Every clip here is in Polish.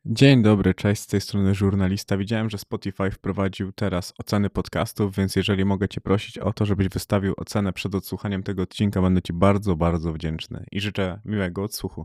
Dzień dobry, cześć, z tej strony żurnalista. Widziałem, że Spotify wprowadził teraz oceny podcastów, więc jeżeli mogę cię prosić o to, żebyś wystawił ocenę przed odsłuchaniem tego odcinka, będę ci bardzo, bardzo wdzięczny i życzę miłego odsłuchu.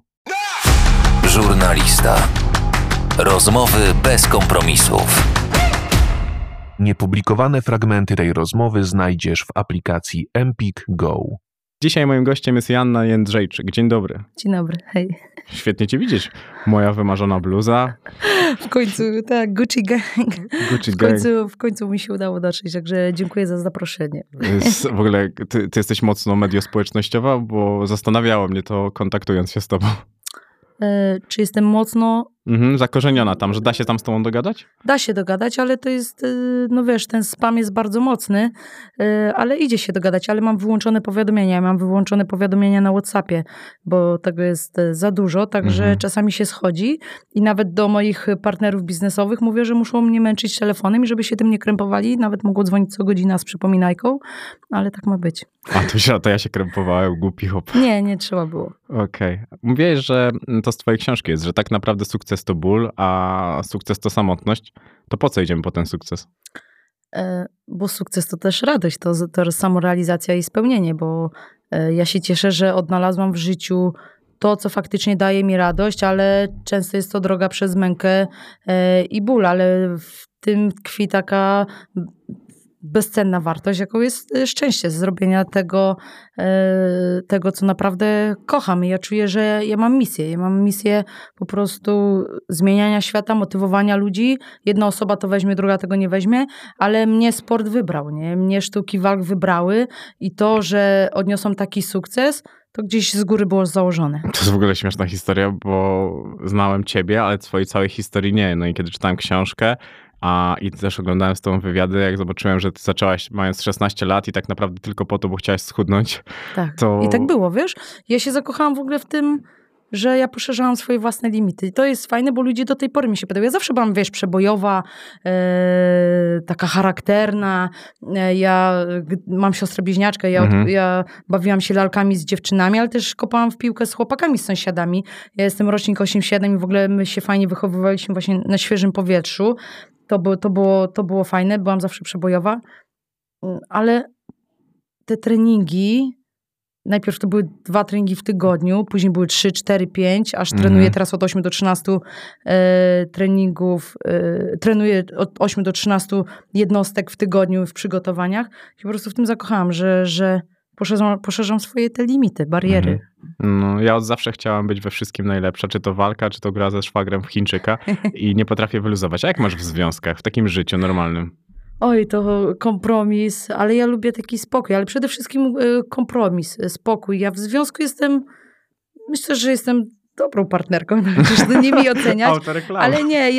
Żurnalista. Rozmowy bez kompromisów. Niepublikowane fragmenty tej rozmowy znajdziesz w aplikacji Empik Go. Dzisiaj moim gościem jest Joanna Jędrzejczyk. Dzień dobry. Dzień dobry, hej. Świetnie cię widzieć. Moja wymarzona bluza. W końcu, tak, Gucci Gang. Gucci Gang. W końcu mi się udało dotrzeć, także dziękuję za zaproszenie. W ogóle ty jesteś mocno mediospołecznościowa, bo zastanawiało mnie to, kontaktując się z tobą. Czy jestem mocno... Zakorzeniona tam, że da się tam z tobą dogadać? Da się dogadać, ale to jest, no wiesz, ten spam jest bardzo mocny, ale idzie się dogadać, ale mam wyłączone powiadomienia, mam wyłączone powiadomienia na WhatsAppie, bo tego jest za dużo, także czasami się schodzi i nawet do moich partnerów biznesowych mówię, że muszą mnie męczyć telefonem i żeby się tym nie krępowali, nawet mogło dzwonić co godzina z przypominajką, ale tak ma być. To ja się krępowałem, głupi hop. Nie trzeba było. Okej. Mówiłeś, że to z twojej książki jest, że tak naprawdę sukces to ból, a sukces to samotność. To po co idziemy po ten sukces? Bo sukces to też radość, to samorealizacja i spełnienie, bo ja się cieszę, że odnalazłam w życiu to, co faktycznie daje mi radość, ale często jest to droga przez mękę i ból, ale w tym tkwi taka bezcenna wartość, jaką jest szczęście z zrobienia tego, co naprawdę kocham. I ja czuję, że ja mam misję. Ja mam misję po prostu zmieniania świata, motywowania ludzi. Jedna osoba to weźmie, druga tego nie weźmie, ale mnie sport wybrał, nie? Mnie sztuki walk wybrały i to, że odniosą taki sukces, to gdzieś z góry było założone. To jest w ogóle śmieszna historia, bo znałem ciebie, ale twojej całej historii nie. No i kiedy czytałem książkę, i też oglądałem z tobą wywiady, jak zobaczyłem, że ty zaczęłaś mając 16 lat i tak naprawdę tylko po to, bo chciałaś schudnąć. Tak. I tak było, wiesz? Ja się zakochałam w ogóle w tym, że ja poszerzałam swoje własne limity. I to jest fajne, bo ludzie do tej pory mi się pytają. Ja zawsze byłam, wiesz, przebojowa, taka charakterna. Ja mam siostrę bliźniaczkę, ja bawiłam się lalkami z dziewczynami, ale też kopałam w piłkę z chłopakami, z sąsiadami. Ja jestem rocznik 87 i w ogóle my się fajnie wychowywaliśmy właśnie na świeżym powietrzu. To było fajne, byłam zawsze przebojowa. Ale te treningi... Najpierw to były 2 treningi w tygodniu, później były 3, 4, 5, aż trenuję teraz od 8 do 13 treningów, trenuję od 8 do 13 jednostek w tygodniu w przygotowaniach. I po prostu w tym zakochałam, że poszerzam swoje te limity, bariery. No, ja od zawsze chciałam być we wszystkim najlepsza, czy to walka, czy to gra ze szwagrem w Chińczyka i nie potrafię wyluzować. A jak masz w związkach, w takim życiu normalnym? Oj, to kompromis, ale ja lubię taki spokój, ale przede wszystkim kompromis, spokój. Ja w związku myślę, że jestem dobrą partnerką, to nie mi oceniać, ale nie,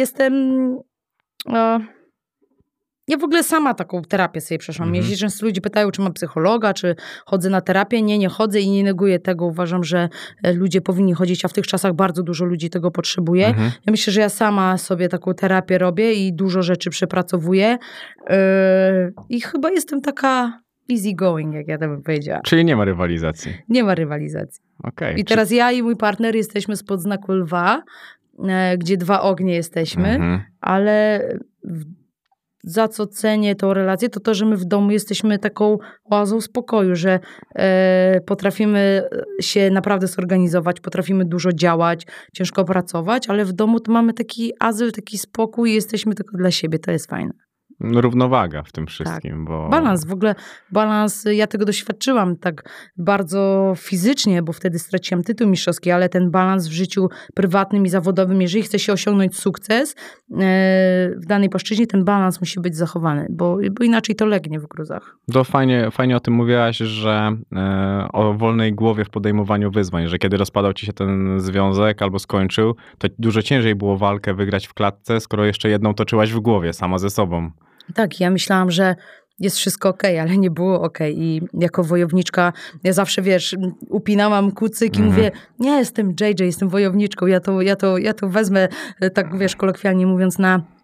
ja w ogóle sama taką terapię sobie przeszłam. Mnie się często ludzie pytają, czy mam psychologa, czy chodzę na terapię. Nie chodzę i nie neguję tego. Uważam, że ludzie powinni chodzić, a w tych czasach bardzo dużo ludzi tego potrzebuje. Ja myślę, że ja sama sobie taką terapię robię i dużo rzeczy przepracowuję. I chyba jestem taka easy going, jak ja to bym powiedziała. Czyli nie ma rywalizacji? Nie ma rywalizacji. Okay. I teraz ja i mój partner jesteśmy spod znaku lwa, gdzie 2 ognie jesteśmy, ale... Za co cenię tą relację, to, że my w domu jesteśmy taką oazą spokoju, że potrafimy się naprawdę zorganizować, potrafimy dużo działać, ciężko pracować, ale w domu to mamy taki azyl, taki spokój i jesteśmy tylko dla siebie. To jest fajne. Równowaga w tym wszystkim. Tak. Bo... Balans, ja tego doświadczyłam tak bardzo fizycznie, bo wtedy straciłam tytuł mistrzowski, ale ten balans w życiu prywatnym i zawodowym, jeżeli chce się osiągnąć sukces w danej płaszczyźnie, ten balans musi być zachowany, bo inaczej to legnie w gruzach. To fajnie o tym mówiłaś, że o wolnej głowie w podejmowaniu wyzwań, że kiedy rozpadał ci się ten związek albo skończył, to dużo ciężej było walkę wygrać w klatce, skoro jeszcze jedną toczyłaś w głowie, sama ze sobą. Tak, ja myślałam, że jest wszystko okej, ale nie było okej. I jako wojowniczka, ja zawsze, wiesz, upinałam kucyk i mówię, nie, jestem JJ, jestem wojowniczką, ja to wezmę, tak wiesz, kolokwialnie mówiąc,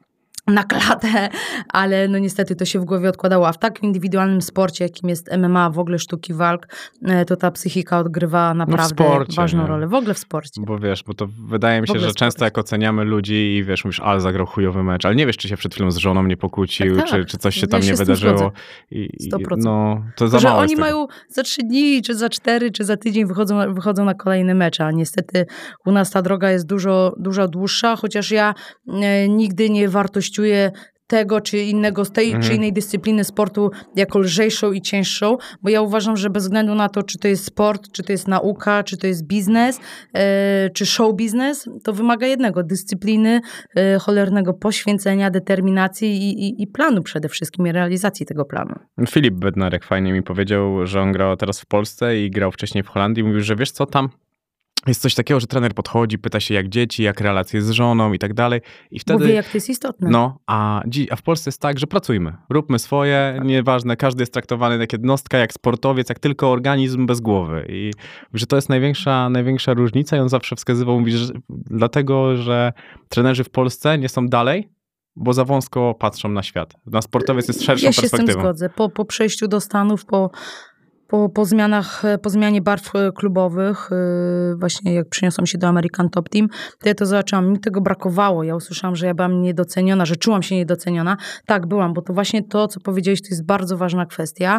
na klatę, ale no niestety to się w głowie odkładało. A w tak indywidualnym sporcie, jakim jest MMA, w ogóle sztuki walk, to ta psychika odgrywa naprawdę sporcie, ważną nie? rolę. W ogóle w sporcie. Bo wiesz, bo to wydaje mi W się, ogóle że często sport. jak oceniamy ludzi i wiesz, mówisz, ale zagrał chujowy mecz, ale nie wiesz, czy się przed chwilą z żoną nie pokłócił, Tak. czy coś się Ja tam się nie z tym wydarzyło. zgodzę. I 100%. no, to za Że mało oni jest tego. mają za 3 dni, czy za 4, czy za tydzień wychodzą na kolejny mecz, a niestety u nas ta droga jest dużo dłuższa, chociaż ja nigdy nie wartościuję tego czy innego, z tej czy innej dyscypliny sportu jako lżejszą i cięższą, bo ja uważam, że bez względu na to, czy to jest sport, czy to jest nauka, czy to jest biznes, czy show biznes, to wymaga jednego, dyscypliny, cholernego poświęcenia, determinacji i planu przede wszystkim, i realizacji tego planu. Filip Bednarek fajnie mi powiedział, że on grał teraz w Polsce i grał wcześniej w Holandii. Mówił, że wiesz co, tam jest coś takiego, że trener podchodzi, pyta się jak dzieci, jak relacje z żoną i tak dalej. I wtedy... Bo wie, jak to jest istotne. No, a w Polsce jest tak, że pracujmy, róbmy swoje, nieważne, każdy jest traktowany jak jednostka, jak sportowiec, jak tylko organizm bez głowy. I że to jest największa różnica i on zawsze wskazywał, mówi, że dlatego, że trenerzy w Polsce nie są dalej, bo za wąsko patrzą na świat. Na sportowiec jest szerszą Ja się z tym perspektywą. zgodzę. Po przejściu do Stanów, po zmianach, po zmianie barw klubowych, właśnie jak przyniosłam się do American Top Team, to ja to zobaczyłam. Mi tego brakowało. Ja usłyszałam, że ja byłam niedoceniona, że czułam się niedoceniona. Tak, byłam, bo to właśnie to, co powiedziałeś, to jest bardzo ważna kwestia.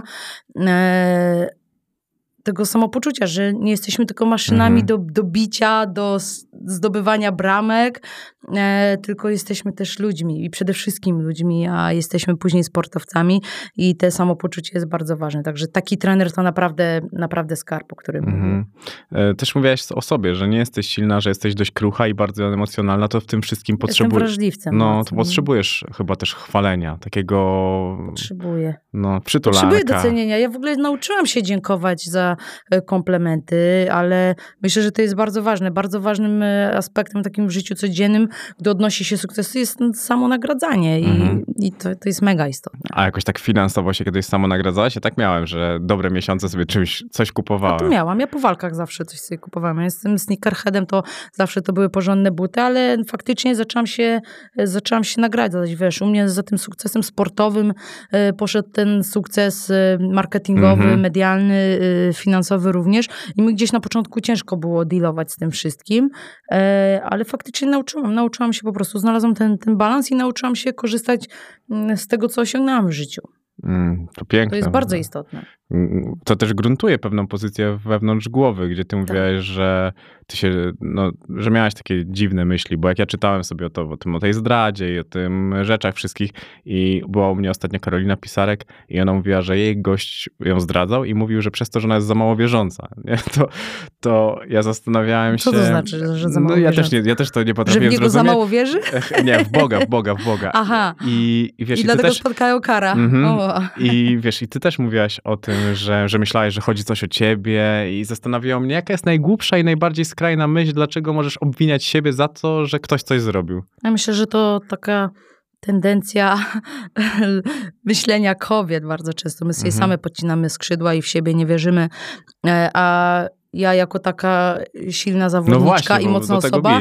Tego samopoczucia, że nie jesteśmy tylko maszynami do bicia, do zdobywania bramek, tylko jesteśmy też ludźmi i przede wszystkim ludźmi, a jesteśmy później sportowcami i te samopoczucie jest bardzo ważne. Także taki trener to naprawdę skarb, o którym mówię. Też mówiłaś o sobie, że nie jesteś silna, że jesteś dość krucha i bardzo emocjonalna, to w tym wszystkim Jestem potrzebujesz... wrażliwcem. No, mocno. to potrzebujesz chyba też chwalenia, takiego... Potrzebuję. No, przytulanka. Potrzebuję docenienia. Ja w ogóle nauczyłam się dziękować za komplementy, ale myślę, że to jest bardzo ważne. Bardzo ważnym aspektem takim w życiu codziennym, gdy odnosi się sukcesu, jest samo nagradzanie i to jest mega istotne. A jakoś tak finansowo się kiedyś samo nagradzałaś? Ja tak miałem, że dobre miesiące sobie coś kupowałem. A to miałam. Ja po walkach zawsze coś sobie kupowałam. Ja jestem sneakerheadem, to zawsze to były porządne buty, ale faktycznie zaczęłam się nagradzać. Wiesz, u mnie za tym sukcesem sportowym poszedł ten sukces marketingowy, medialny, finansowy również. I mi gdzieś na początku ciężko było dealować z tym wszystkim, ale faktycznie nauczyłam się po prostu. Znalazłam ten balans i nauczyłam się korzystać z tego, co osiągnęłam w życiu. To piękne. To jest bardzo istotne. To też gruntuje pewną pozycję wewnątrz głowy, gdzie ty mówiłaś, że ty się, że miałaś takie dziwne myśli, bo jak ja czytałem sobie o tej zdradzie i o tym rzeczach wszystkich i była u mnie ostatnio Karolina Pisarek i ona mówiła, że jej gość ją zdradzał i mówił, że przez to, że ona jest za mało wierząca. Nie? To ja zastanawiałem się... Co to znaczy, że za mało wierząca? Ja też to nie Że potrafiłem w niego zrozumieć. za mało wierzy? Nie, w Boga. Aha. I wiesz, I ty dlatego też... spotkają kara. I wiesz, i ty też mówiłaś o tym, że myślałeś, że chodzi coś o ciebie i zastanawiało mnie, jaka jest najgłupsza i najbardziej skrajna myśl, dlaczego możesz obwiniać siebie za to, że ktoś coś zrobił. Ja myślę, że to taka tendencja myślenia kobiet bardzo często. My sobie same podcinamy skrzydła i w siebie nie wierzymy, a ja jako taka silna zawodniczka i mocna osoba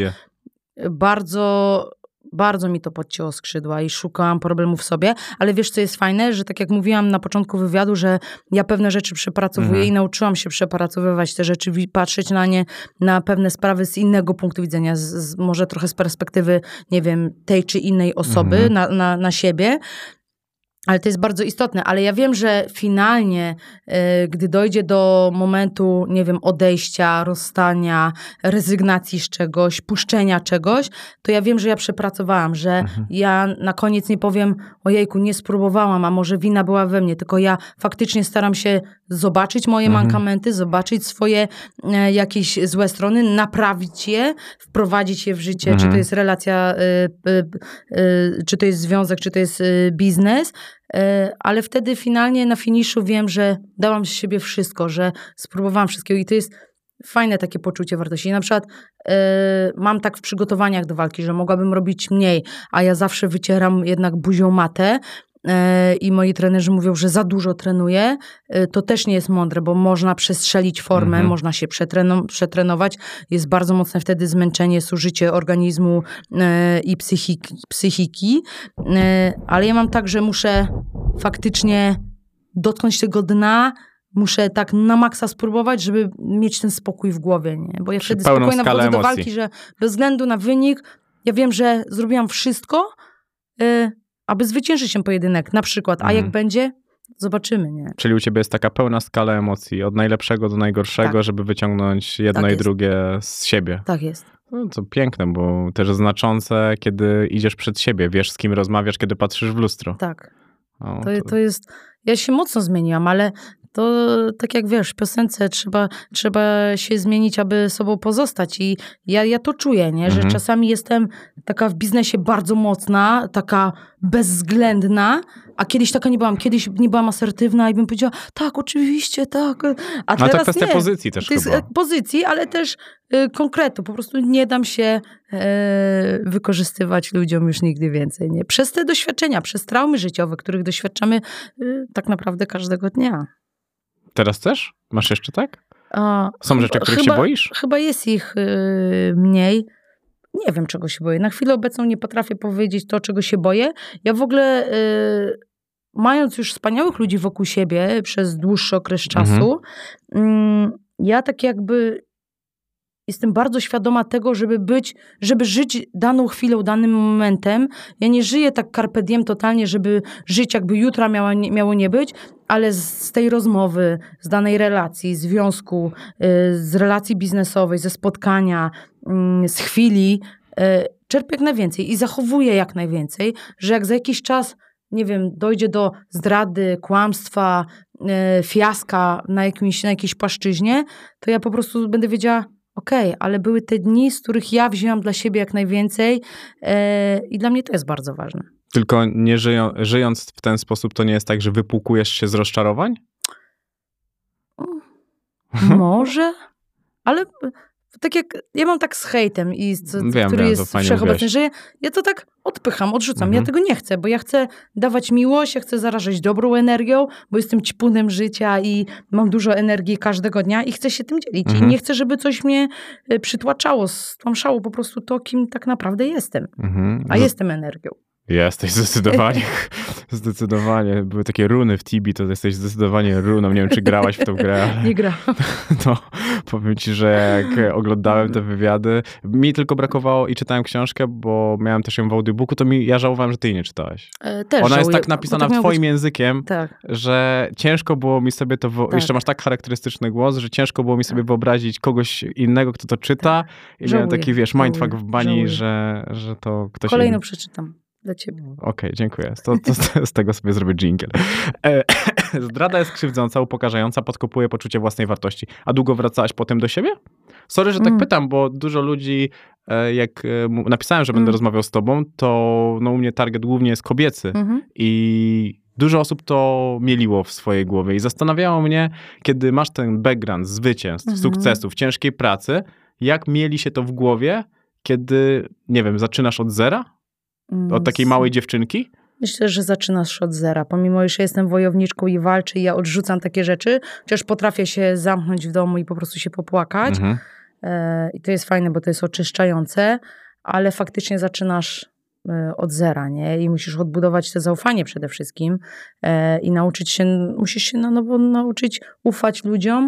bardzo mi to podcięło skrzydła i szukałam problemów w sobie, ale wiesz, co jest fajne, że tak jak mówiłam na początku wywiadu, że ja pewne rzeczy przepracowuję i nauczyłam się przepracowywać te rzeczy, patrzeć na nie, na pewne sprawy z innego punktu widzenia, może trochę z perspektywy, nie wiem, tej czy innej osoby na siebie. Ale to jest bardzo istotne, ale ja wiem, że finalnie, gdy dojdzie do momentu, nie wiem, odejścia, rozstania, rezygnacji z czegoś, puszczenia czegoś, to ja wiem, że ja przepracowałam, że ja na koniec nie powiem, ojejku, nie spróbowałam, a może wina była we mnie, tylko ja faktycznie staram się zobaczyć moje mankamenty, zobaczyć swoje jakieś złe strony, naprawić je, wprowadzić je w życie, czy to jest relacja, czy to jest związek, czy to jest biznes, ale wtedy finalnie na finiszu wiem, że dałam z siebie wszystko, że spróbowałam wszystkiego i to jest fajne takie poczucie wartości. Na przykład mam tak w przygotowaniach do walki, że mogłabym robić mniej, a ja zawsze wycieram jednak buzią matę i moi trenerzy mówią, że za dużo trenuję, to też nie jest mądre, bo można przestrzelić formę, można się przetrenować. Jest bardzo mocne wtedy zmęczenie, zużycie organizmu i psychiki. Ale ja mam tak, że muszę faktycznie dotknąć tego dna, muszę tak na maksa spróbować, żeby mieć ten spokój w głowie, nie? Bo ja wtedy spokojnie wchodzę do walki, że bez względu na wynik, ja wiem, że zrobiłam wszystko, aby zwyciężyć ten pojedynek, na przykład. A jak będzie, zobaczymy, nie? Czyli u ciebie jest taka pełna skala emocji, od najlepszego do najgorszego, żeby wyciągnąć jedno i drugie z siebie. Tak jest. No, to piękne, bo też znaczące, kiedy idziesz przed siebie, wiesz, z kim rozmawiasz, kiedy patrzysz w lustro. Tak. To jest... Ja się mocno zmieniłam, ale to tak jak wiesz, w piosence trzeba się zmienić, aby sobą pozostać i ja to czuję, nie? Że czasami jestem taka w biznesie bardzo mocna, taka bezwzględna, a kiedyś taka nie byłam. Kiedyś nie byłam asertywna i bym powiedziała, tak, oczywiście, tak. A teraz to kwestia nie. pozycji też to chyba. jest pozycji, ale też konkretu. Po prostu nie dam się wykorzystywać ludziom już nigdy więcej. Nie? Przez te doświadczenia, przez traumy życiowe, których doświadczamy tak naprawdę każdego dnia. Teraz też? Masz jeszcze tak? Są rzeczy, których się boisz? Chyba jest ich mniej. Nie wiem, czego się boję. Na chwilę obecną nie potrafię powiedzieć to, czego się boję. Ja w ogóle, mając już wspaniałych ludzi wokół siebie przez dłuższy okres czasu, ja tak jakby jestem bardzo świadoma tego, żeby żyć daną chwilą, danym momentem. Ja nie żyję tak carpe diem totalnie, żeby żyć jakby jutra miało nie być, ale z tej rozmowy, z danej relacji, związku, z relacji biznesowej, ze spotkania, z chwili, czerpię jak najwięcej i zachowuję jak najwięcej, że jak za jakiś czas, nie wiem, dojdzie do zdrady, kłamstwa, fiaska na jakiejś płaszczyźnie, to ja po prostu będę wiedziała, okej, ale były te dni, z których ja wzięłam dla siebie jak najwięcej i dla mnie to jest bardzo ważne. Tylko nie żyjąc w ten sposób, to nie jest tak, że wypłukujesz się z rozczarowań? Może, ale tak jak ja mam tak z hejtem, który jest wszechobecny, że ja to tak odpycham, odrzucam. Ja tego nie chcę, bo ja chcę dawać miłość, ja chcę zarażać dobrą energią, bo jestem ćpunem życia i mam dużo energii każdego dnia i chcę się tym dzielić. I nie chcę, żeby coś mnie przytłaczało, stłamszało po prostu to, kim tak naprawdę jestem. A jestem energią. Jesteś zdecydowanie. Zdecydowanie. Były takie runy w Tibi, to jesteś zdecydowanie runą. Nie wiem, czy grałaś w tą grę. Ale nie grałam. To powiem ci, że jak oglądałem te wywiady, mi tylko brakowało i czytałem książkę, bo miałem też ją w audiobooku, to ja żałowałem, że ty jej nie czytałaś. Też Ona żałuję, jest tak napisana twoim językiem, że ciężko było mi sobie to... Jeszcze masz tak charakterystyczny głos, że ciężko było mi sobie wyobrazić kogoś innego, kto to czyta. I miałem taki, wiesz, mindfuck w bani, że to ktoś Kolejną przeczytam. Dla ciebie. Okej, dziękuję. To z tego sobie zrobię dżingiel. Zdrada jest krzywdząca, upokarzająca, podkopuje poczucie własnej wartości. A długo wracałaś potem do siebie? Sorry, że tak pytam, bo dużo ludzi, jak napisałem, że będę rozmawiał z tobą, to u mnie target głównie jest kobiecy. I dużo osób to mieliło w swojej głowie. I zastanawiało mnie, kiedy masz ten background zwycięstw, sukcesów, ciężkiej pracy, jak mieli się to w głowie, kiedy, nie wiem, zaczynasz od zera? Od takiej małej dziewczynki? Myślę, że zaczynasz od zera. Pomimo, że jestem wojowniczką i walczę i ja odrzucam takie rzeczy, chociaż potrafię się zamknąć w domu i po prostu się popłakać. I to jest fajne, bo to jest oczyszczające, ale faktycznie zaczynasz od zera, nie? I musisz odbudować to zaufanie przede wszystkim i musisz się na nowo nauczyć ufać ludziom.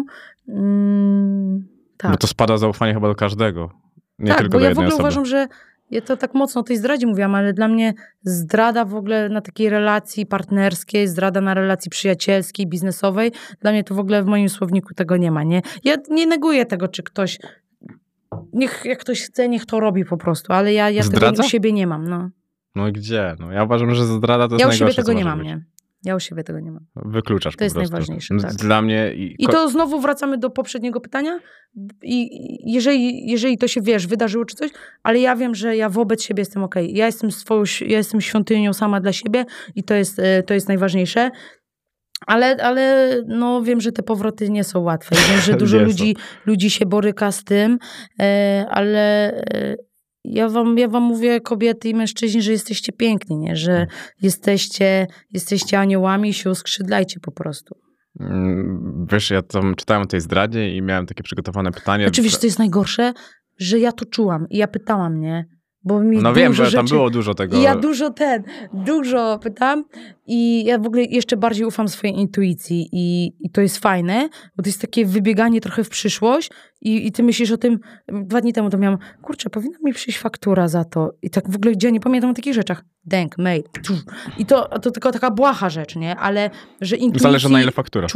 Tak. Bo to spada zaufanie chyba do każdego. Nie tak, tylko bo do ja jednej w ogóle osoby. uważam, że ja to tak mocno o tej zdradzie mówiłam, ale dla mnie zdrada w ogóle na takiej relacji partnerskiej, zdrada na relacji przyjacielskiej, biznesowej, dla mnie to w ogóle w moim słowniku tego nie ma, nie? Ja nie neguję tego, czy ktoś, jak ktoś chce, niech to robi po prostu, ale ja tego u siebie nie mam, no. No gdzie? No, ja uważam, że zdrada to jest najgorsze, Ja u siebie tego nie mam, być. nie? Ja u siebie tego nie mam. Wykluczasz to po prostu. To jest najważniejsze, tak. Dla mnie... I to znowu wracamy do poprzedniego pytania i jeżeli to się, wydarzyło czy coś, ale ja wiem, że ja wobec siebie jestem okej. Ja jestem świątynią sama dla siebie i to jest najważniejsze. Ale no wiem, że te powroty nie są łatwe. I wiem, że dużo ludzi się boryka z tym, ale ja wam mówię, kobiety i mężczyźni, że jesteście piękni, nie? Że jesteście aniołami i się uskrzydlajcie po prostu. Wiesz, ja tam czytałem o tej zdradzie i miałem takie przygotowane pytanie. Oczywiście to jest najgorsze, że ja to czułam i ja pytałam, nie? Bo mi No wiem, że rzeczy, tam było dużo tego. I ja dużo pytam i ja w ogóle jeszcze bardziej ufam swojej intuicji i to jest fajne, bo to jest takie wybieganie trochę w przyszłość i ty myślisz o tym, 2 dni temu to miałam, kurczę, powinna mi przyjść faktura za to i tak w ogóle gdzie nie pamiętam o takich rzeczach. Mail. I to tylko taka błaha rzecz, nie? Ale że intuicji... Zależy na ile faktura.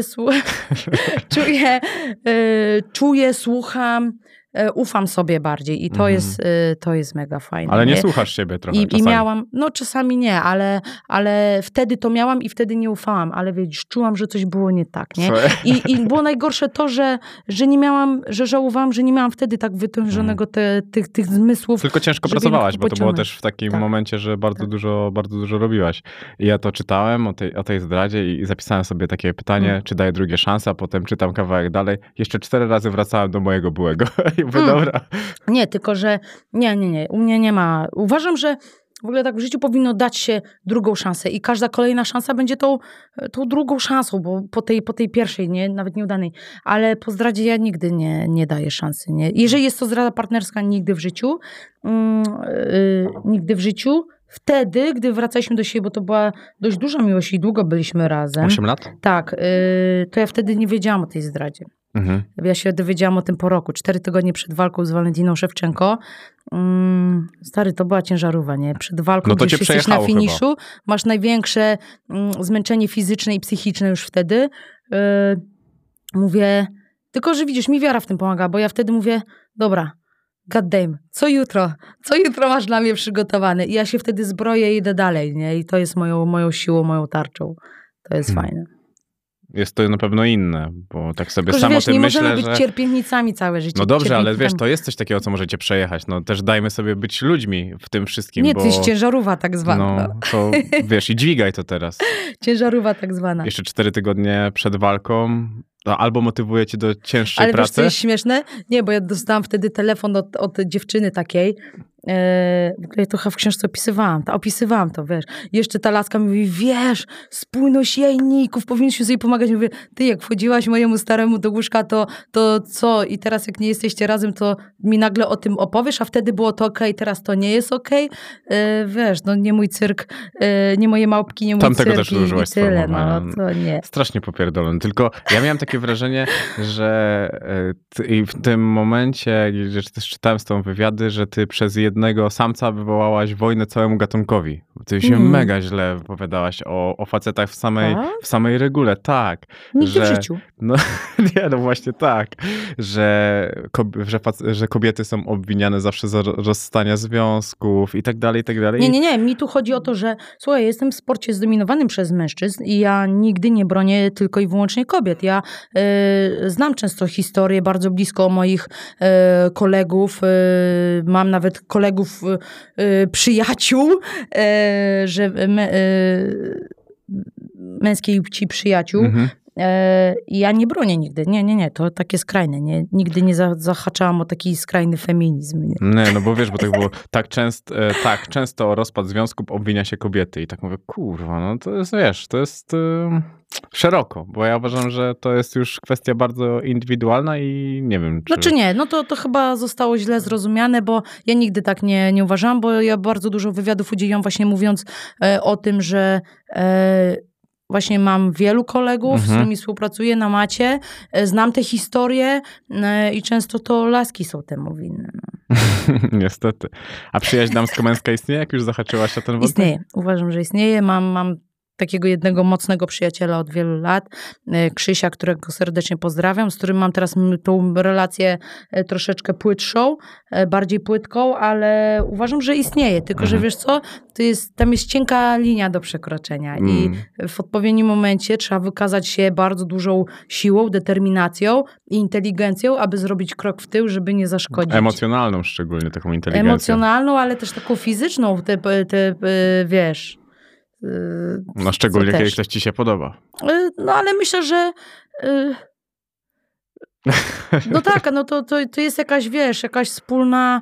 Czuję, słucham, ufam sobie bardziej i to jest mega fajne. Ale nie słuchasz siebie trochę czasami. I miałam, no czasami nie, ale wtedy to miałam i wtedy nie ufałam, ale wiesz, czułam, że coś było nie tak, nie? I było najgorsze to, że nie miałam, że żałowałam, że nie miałam wtedy tak wytężonego tych zmysłów. Tylko ciężko pracowałaś, bo to było też w takim momencie, że bardzo dużo robiłaś. I ja to czytałem o tej zdradzie i zapisałem sobie takie pytanie, czy daję drugie szanse, a potem czytam kawałek dalej. Jeszcze 4 razy wracałem do mojego byłego. I mówię, dobra. Nie, tylko że nie. U mnie nie ma. Uważam, że w ogóle tak w życiu powinno dać się drugą szansę i każda kolejna szansa będzie tą drugą szansą, bo po tej pierwszej, nie, nawet nieudanej, ale po zdradzie ja nigdy nie daję szansy. Nie? Jeżeli jest to zdrada partnerska, nigdy w życiu. Nigdy w życiu. Wtedy, gdy wracaliśmy do siebie, bo to była dość duża miłość i długo byliśmy razem. 8 lat? Tak. To ja wtedy nie wiedziałam o tej zdradzie. Ja się dowiedziałam o tym po roku. 4 tygodnie przed walką z Walentiną Szewczenko. Stary, to była ciężarówka, nie? Przed walką, no to gdzie już jesteś na finiszu, chyba. Masz największe zmęczenie fizyczne i psychiczne już wtedy. Mówię, tylko że widzisz, mi wiara w tym pomaga, bo ja wtedy mówię, dobra, god damn, co jutro? Co jutro masz dla mnie przygotowane? I ja się wtedy zbroję i idę dalej, nie? I to jest moją siłą, moją tarczą. To jest fajne. Jest to na pewno inne, bo tak sobie tylko, sam wiesz, o tym nie myślę, możemy być cierpiętnicami całe życie. No dobrze, ale wiesz, to jest coś takiego, co możecie przejechać. No też dajmy sobie być ludźmi w tym wszystkim, nie, bo... to jest ciężarówka tak zwana. No, to wiesz, i dźwigaj to teraz. Ciężarówka tak zwana. Jeszcze 4 tygodnie przed walką, no, albo motywuje cię do cięższej pracy. Ale wiesz, co jest śmieszne? Nie, bo ja dostałam wtedy telefon od dziewczyny takiej, w ogóle to chyba w książce opisywałam to, wiesz. Jeszcze ta laska mówi, wiesz, spójność jajników, powinniśmy sobie pomagać. Mówię, ty jak wchodziłaś mojemu staremu do łóżka, to co? I teraz jak nie jesteście razem, to mi nagle o tym opowiesz, a wtedy było to okej, teraz to nie jest okej. Wiesz, no nie mój cyrk, nie moje małpki, nie mój cyrk. Tamtego też użyłaś tyle, no to nie. Strasznie popierdolony. Tylko ja miałem takie wrażenie, że i w tym momencie, gdzie też czytałem z tą wywiady, że ty przez jednego samca wywołałaś wojnę całemu gatunkowi. Ty się mega źle wypowiadałaś o facetach w samej regule. Tak. Nigdy w życiu. No, nie, no właśnie tak. Że kobiety są obwiniane zawsze za rozstania związków i tak dalej, i tak dalej. Nie. Mi tu chodzi o to, że słuchaj, jestem w sporcie zdominowanym przez mężczyzn i ja nigdy nie bronię tylko i wyłącznie kobiet. Ja znam często historię bardzo blisko moich kolegów. Mam nawet kolegów, przyjaciół, że męskiej płci przyjaciół. Ja nie bronię nigdy. Nie. To takie skrajne. Nie. Nigdy nie zahaczałam o taki skrajny feminizm. Nie, no bo wiesz, bo tak było tak często o rozpad związku obwinia się kobiety. I tak mówię, kurwa, no to jest, wiesz, to jest szeroko, bo ja uważam, że to jest już kwestia bardzo indywidualna i nie wiem, czy... Znaczy nie, no to chyba zostało źle zrozumiane, bo ja nigdy tak nie uważałam, bo ja bardzo dużo wywiadów udzieliłam właśnie mówiąc o tym, że właśnie mam wielu kolegów, z którymi współpracuję na macie, znam te historie i często to laski są temu winne. No. Niestety. A przyjaźń damsko-męska istnieje, jak już zahaczyłaś o ten wątek? Istnieje. Uważam, że istnieje. Mam takiego jednego mocnego przyjaciela od wielu lat, Krzysia, którego serdecznie pozdrawiam, z którym mam teraz tą relację troszeczkę płytszą, bardziej płytką, ale uważam, że istnieje. Tylko, że wiesz co, tam jest cienka linia do przekroczenia i w odpowiednim momencie trzeba wykazać się bardzo dużą siłą, determinacją i inteligencją, aby zrobić krok w tył, żeby nie zaszkodzić. Emocjonalną szczególnie taką inteligencją. Emocjonalną, ale też taką fizyczną, wiesz... No szczególnie, kiedy ktoś ci się podoba. No ale myślę, że No tak, no to jest jakaś, wiesz, jakaś wspólna,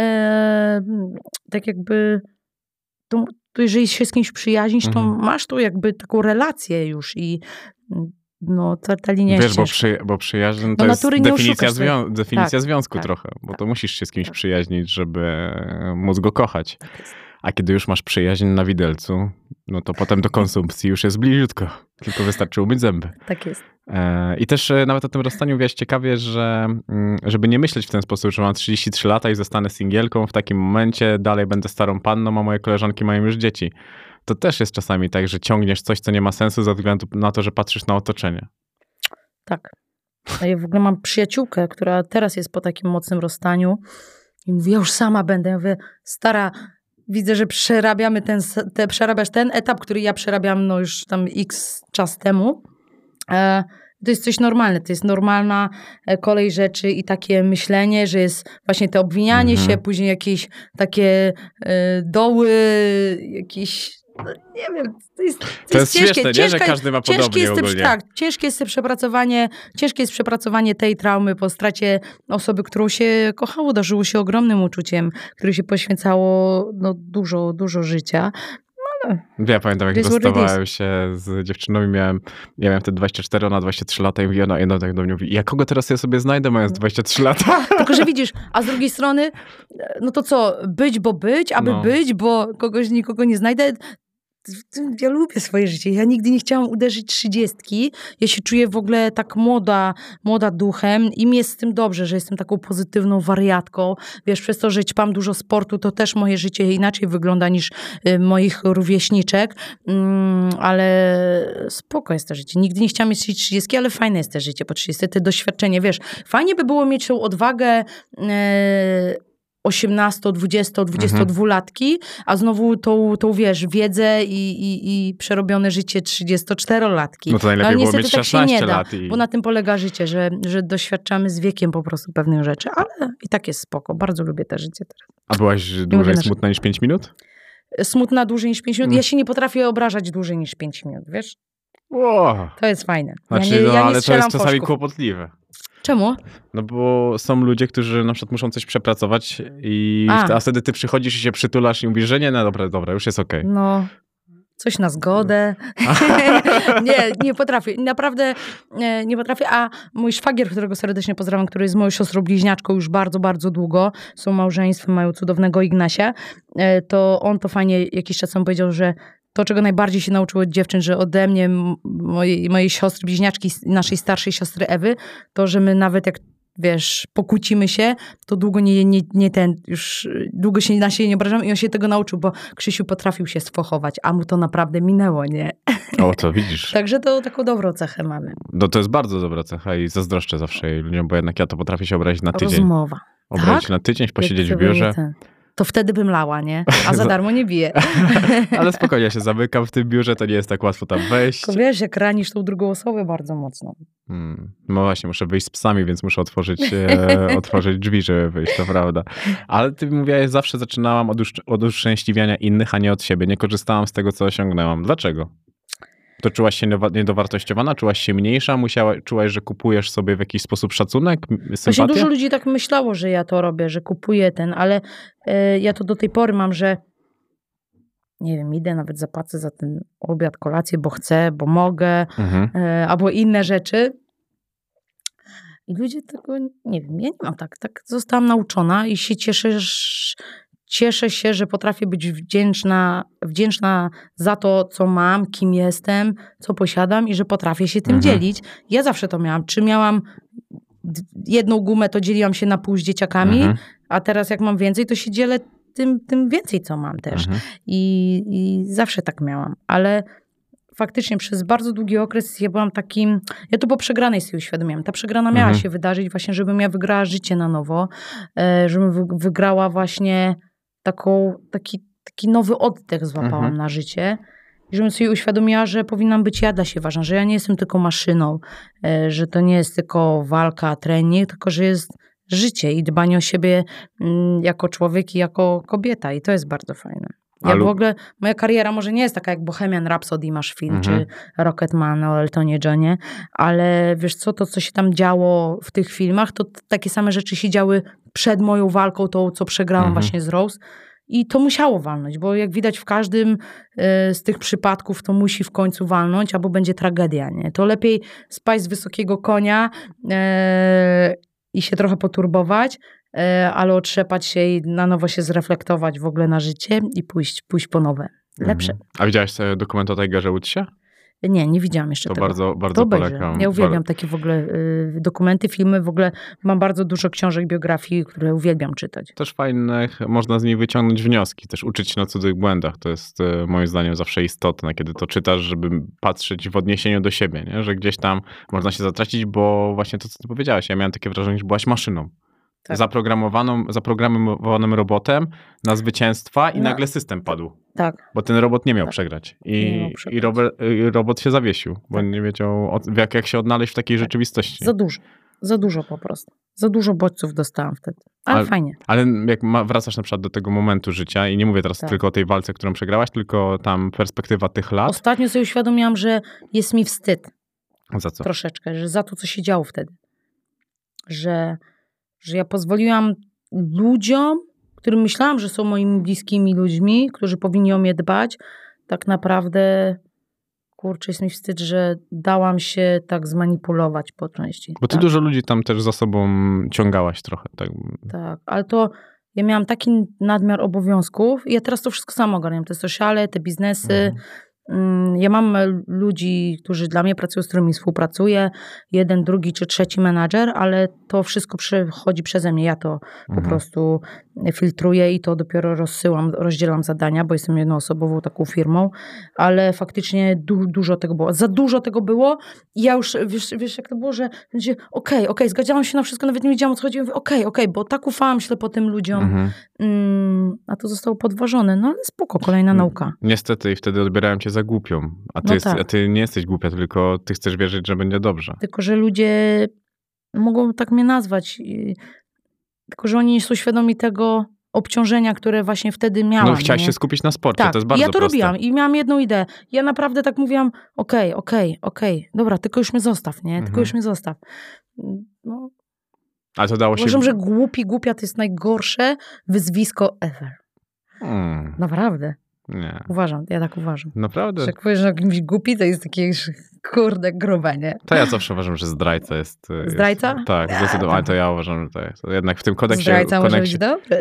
tak jakby, to jeżeli się z kimś przyjaźnisz, to masz tu jakby taką relację już i no ta linia jest Wiesz, ciężka. bo przyjaźń to No jest natury nie definicja, oszukasz tej. definicja Tak, związku tak, trochę, bo tak. to musisz się z kimś Tak. przyjaźnić, żeby móc go kochać. Tak jest. A kiedy już masz przyjaźń na widelcu, no to potem do konsumpcji już jest bliziutko. Tylko wystarczy umyć zęby. Tak jest. I też nawet o tym rozstaniu mówiłaś ciekawie, że żeby nie myśleć w ten sposób, że mam 33 lata i zostanę singielką, w takim momencie dalej będę starą panną, a moje koleżanki mają już dzieci. To też jest czasami tak, że ciągniesz coś, co nie ma sensu ze względu na to, że patrzysz na otoczenie. Tak. A ja w ogóle mam przyjaciółkę, która teraz jest po takim mocnym rozstaniu i mówi, ja już sama będę. Ja mówię, stara, widzę, że przerabiasz ten etap, który ja przerabiam no już tam x czas temu. To jest coś normalne, to jest normalna kolej rzeczy i takie myślenie, że jest właśnie to obwinianie się, później jakieś takie doły, jakieś, no nie wiem, to jest ciężkie. Śmieszne, nie? Że każdy ma podobnie ogólnie. Ciężkie jest przepracowanie tej traumy po stracie osoby, którą się kochało, darzyło się ogromnym uczuciem, które się poświęcało no, dużo życia. Ja pamiętam, jak rozstawałem się z dziewczyną i ja miałem wtedy 24, ona 23 lata i mówi, ona tak do mnie mówi, ja kogo teraz ja sobie znajdę mając 23 lata? Tylko, że widzisz, a z drugiej strony, no to co, być, bo nikogo nie znajdę. Ja lubię swoje życie. Ja nigdy nie chciałam uderzyć 30. Ja się czuję w ogóle tak młoda duchem i mi jest z tym dobrze, że jestem taką pozytywną wariatką. Wiesz, przez to, że ćpam dużo sportu, to też moje życie inaczej wygląda niż moich rówieśniczek. Ale spoko jest to życie. Nigdy nie chciałam mieć 30, ale fajne jest to życie po 30. Te doświadczenie, wiesz. Fajnie by było mieć tą odwagę 18, 20, 22-latki, a znowu tą wiesz, wiedzę i przerobione życie 34-latki. No to najlepiej było mieć 16 lat. Bo na tym polega życie, że doświadczamy z wiekiem po prostu pewnych rzeczy, ale i tak jest spoko. Bardzo lubię to życie teraz. A byłaś dłużej smutna niż 5 minut? Smutna dłużej niż 5 minut? Ja się nie potrafię obrażać dłużej niż 5 minut, wiesz? Wow. To jest fajne. Znaczy, ale to jest czasami kłopotliwe. Czemu? No bo są ludzie, którzy na przykład muszą coś przepracować a wtedy ty przychodzisz i się przytulasz i mówisz, że nie, no dobra, już jest okej. No, coś na zgodę. nie potrafię. Naprawdę nie potrafię. A mój szwagier, którego serdecznie pozdrawiam, który jest moją siostrą bliźniaczką już bardzo, bardzo długo, są małżeństwem, mają cudownego Ignasia, to on to fajnie jakiś czas temu powiedział, że to, czego najbardziej się nauczyło od dziewczyn, że ode mnie, mojej siostry bliźniaczki, naszej starszej siostry Ewy, to, że my nawet jak, wiesz, pokłócimy się, to długo długo się na siebie nie obrażamy i on się tego nauczył, bo Krzysiu potrafił się sfochować, a mu to naprawdę minęło, nie? O, to widzisz. Także to taką dobrą cechę mamy. No to jest bardzo dobra cecha i zazdroszczę zawsze jej ludziom, bo jednak ja to potrafię się obrazić na tydzień. Rozmowa. Obrazić na tydzień, posiedzieć w biurze. To wtedy bym lała, nie? A za darmo nie biję. Ale spokojnie, ja się zamykam w tym biurze, to nie jest tak łatwo tam wejść. Tylko wiesz, jak ranisz tą drugą osobę bardzo mocno. No właśnie, muszę wyjść z psami, więc muszę otworzyć drzwi, żeby wyjść, to prawda. Ale ty mówiłaś, zawsze zaczynałam od uszczęśliwiania innych, a nie od siebie. Nie korzystałam z tego, co osiągnęłam. Dlaczego? To czułaś się niedowartościowana? Czułaś się mniejsza? Czułaś, że kupujesz sobie w jakiś sposób szacunek, sympatię? Właśnie dużo ludzi tak myślało, że ja to robię, że kupuję ale ja to do tej pory mam, że nie wiem, idę, nawet zapłacę za ten obiad, kolację, bo chcę, bo mogę, albo inne rzeczy. I ludzie tego, nie wiem, ja nie mam tak zostałam nauczona i się cieszę się, że potrafię być wdzięczna za to, co mam, kim jestem, co posiadam i że potrafię się tym dzielić. Ja zawsze to miałam. Czy miałam jedną gumę, to dzieliłam się na pół z dzieciakami, a teraz jak mam więcej, to się dzielę tym więcej, co mam też. I zawsze tak miałam. Ale faktycznie przez bardzo długi okres ja byłam takim... Ja to po przegranej sobie uświadomiłam. Ta przegrana miała się wydarzyć właśnie, żebym ja wygrała życie na nowo. Żebym wygrała właśnie taki nowy oddech złapałam na życie. I żebym sobie uświadomiła, że powinnam być ja dla siebie ważna, że ja nie jestem tylko maszyną, że to nie jest tylko walka, trening, tylko że jest życie i dbanie o siebie jako człowiek i jako kobieta. I to jest bardzo fajne. Ja w ogóle, moja kariera może nie jest taka jak Bohemian Rhapsody, masz film, czy Rocketman o Eltonie Johnie, ale wiesz co, to co się tam działo w tych filmach, to takie same rzeczy się działy przed moją walką, tą co przegrałam właśnie z Rose. I to musiało walnąć, bo jak widać w każdym z tych przypadków to musi w końcu walnąć, albo będzie tragedia, nie? To lepiej spaść z wysokiego konia i się trochę poturbować, ale otrzepać się i na nowo się zreflektować w ogóle na życie i pójść po nowe. Lepsze. A widziałaś dokument o Tigerze Woodsie? Nie widziałam jeszcze to tego. bardzo polecam. Ja uwielbiam takie w ogóle dokumenty, filmy, w ogóle mam bardzo dużo książek, biografii, które uwielbiam czytać. Też fajnych, można z nich wyciągnąć wnioski, też uczyć się na cudzych błędach. To jest moim zdaniem zawsze istotne, kiedy to czytasz, żeby patrzeć w odniesieniu do siebie, nie? Że gdzieś tam można się zatracić, bo właśnie to, co ty powiedziałaś, ja miałem takie wrażenie, że byłaś maszyną. Tak. Zaprogramowanym robotem na zwycięstwa i nagle system padł. Tak. Bo ten robot nie miał przegrać. I robot się zawiesił, bo nie wiedział, jak się odnaleźć w takiej rzeczywistości. Za dużo po prostu. Za dużo bodźców dostałam wtedy. Ale fajnie. Ale jak wracasz na przykład do tego momentu życia i nie mówię teraz tylko o tej walce, którą przegrałaś, tylko tam perspektywa tych lat. Ostatnio sobie uświadomiłam, że jest mi wstyd. Za co? Troszeczkę, że za to, co się działo wtedy. Że ja pozwoliłam ludziom, którym myślałam, że są moimi bliskimi ludźmi, którzy powinni o mnie dbać, tak naprawdę, kurczę, jest mi wstyd, że dałam się tak zmanipulować po części. Bo ty dużo ludzi tam też za sobą ciągałaś trochę. Tak, ale to ja miałam taki nadmiar obowiązków i ja teraz to wszystko sama ogarniam. Te sociale, te biznesy. Ja mam ludzi, którzy dla mnie pracują, z którymi współpracuję, jeden, drugi czy trzeci menadżer, ale to wszystko przechodzi przeze mnie. Ja to po prostu filtruję i to dopiero rozdzielam zadania, bo jestem jednoosobową taką firmą, ale faktycznie dużo tego było. Za dużo tego było i ja już, wiesz jak to było, że okej, zgadzałam się na wszystko, nawet nie wiedziałam o co chodzi. Mówię, okej, bo tak ufałam ślepo tym ludziom, a to zostało podważone. No ale spoko, kolejna nauka. Niestety i wtedy odbierają cię za głupią, a ty nie jesteś głupia, tylko ty chcesz wierzyć, że będzie dobrze. Tylko, że ludzie mogą tak mnie nazwać, tylko, że oni nie są świadomi tego obciążenia, które właśnie wtedy miałam. No chciałaś się skupić na sporcie, tak, to jest bardzo proste. Ja to robiłam i miałam jedną ideę. Ja naprawdę tak mówiłam, okej, dobra, tylko już mnie zostaw, nie? Tylko już mnie zostaw. No. Ale to dało się... Uważam, że głupia to jest najgorsze wyzwisko ever. Naprawdę. Nie. Ja tak uważam. Naprawdę? Że jak powiesz, że kimś głupi, to jest takie kurde grube, nie? To ja zawsze uważam, że zdrajca jest... Zdrajca? Tak, zdecydowanie. To ja uważam, że to jest. Jednak w tym kodeksie... Zdrajca może być dobry.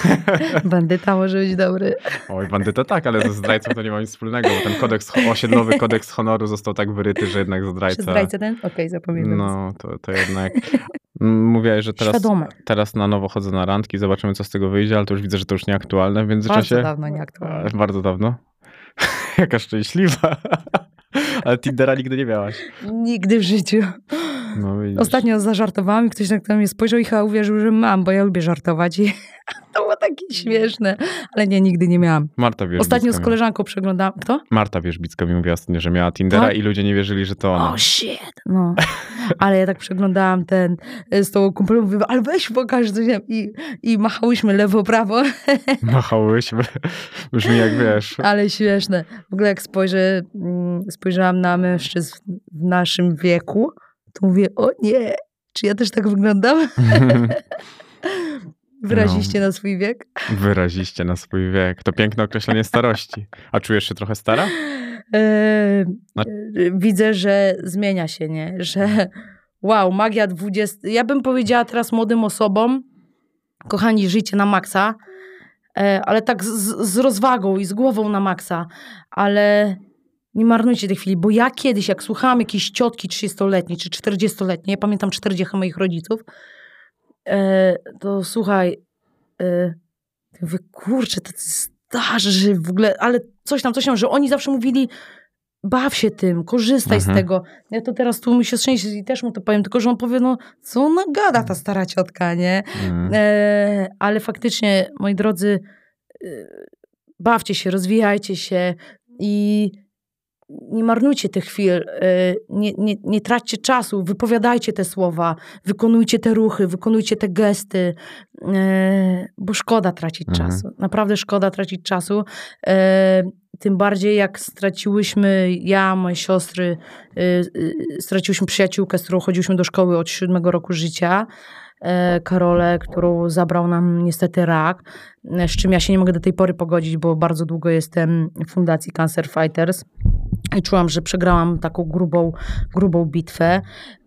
Bandyta może być dobry. Oj, bandyta tak, ale ze zdrajcą to nie ma nic wspólnego, bo ten osiedlowy kodeks honoru został tak wyryty, że jednak zdrajca... Zdrajca ten? Okej, zapamiętam. No, to jednak... Mówiłaś, że teraz na nowo chodzę na randki, zobaczymy, co z tego wyjdzie, ale to już widzę, że to już nieaktualne w międzyczasie. Bardzo dawno nieaktualne. Bardzo dawno? Jaka szczęśliwa. Ale Tindera nigdy nie miałaś. Nigdy w życiu. No, ostatnio zażartowałam i ktoś na mnie spojrzał i chyba uwierzył, że mam, bo ja lubię żartować i to było takie śmieszne. Ale nie, nigdy nie miałam. Marta Wierzbicka. Ostatnio z koleżanką przeglądałam. Kto? Marta Wierzbicka mi mówiła ostatnio, że miała Tindera i ludzie nie wierzyli, że to ona. Oh shit. No. Ale ja tak przeglądałam z tą kumplą, mówię, ale weź pokaż coś i machałyśmy lewo, prawo. Machałyśmy. Brzmi jak wiesz. Ale śmieszne. W ogóle jak spojrzałam na mężczyzn w naszym wieku, to mówię, o nie, czy ja też tak wyglądam? Wyraziście na swój wiek? Wyraziście na swój wiek. To piękne określenie starości. A czujesz się trochę stara? Widzę, że zmienia się, nie? Że wow, magia 20... Ja bym powiedziała teraz młodym osobom, kochani, żyjcie na maksa, ale tak z rozwagą i z głową na maksa, ale nie marnujcie tej chwili, bo ja kiedyś, jak słuchałam jakiejś ciotki 30-letniej czy 40-letniej, ja pamiętam 40 moich rodziców, to słuchaj, mówię, kurczę, to starzy w ogóle, ale coś tam, że oni zawsze mówili, baw się tym, korzystaj z tego. Ja to teraz tu mu się szczęście i też mu to powiem, tylko że on powie, no co ona gada ta stara ciotka, nie? Ale faktycznie, moi drodzy, bawcie się, rozwijajcie się i nie marnujcie tych chwil, nie traćcie czasu, wypowiadajcie te słowa, wykonujcie te ruchy, wykonujcie te gesty, bo szkoda tracić czasu. Naprawdę szkoda tracić czasu. Tym bardziej jak straciłyśmy, ja, moje siostry, straciłyśmy przyjaciółkę, z którą chodziłyśmy do szkoły od 7 roku życia, Karolę, którą zabrał nam niestety rak, z czym ja się nie mogę do tej pory pogodzić, bo bardzo długo jestem w Fundacji Cancer Fighters i czułam, że przegrałam taką grubą bitwę.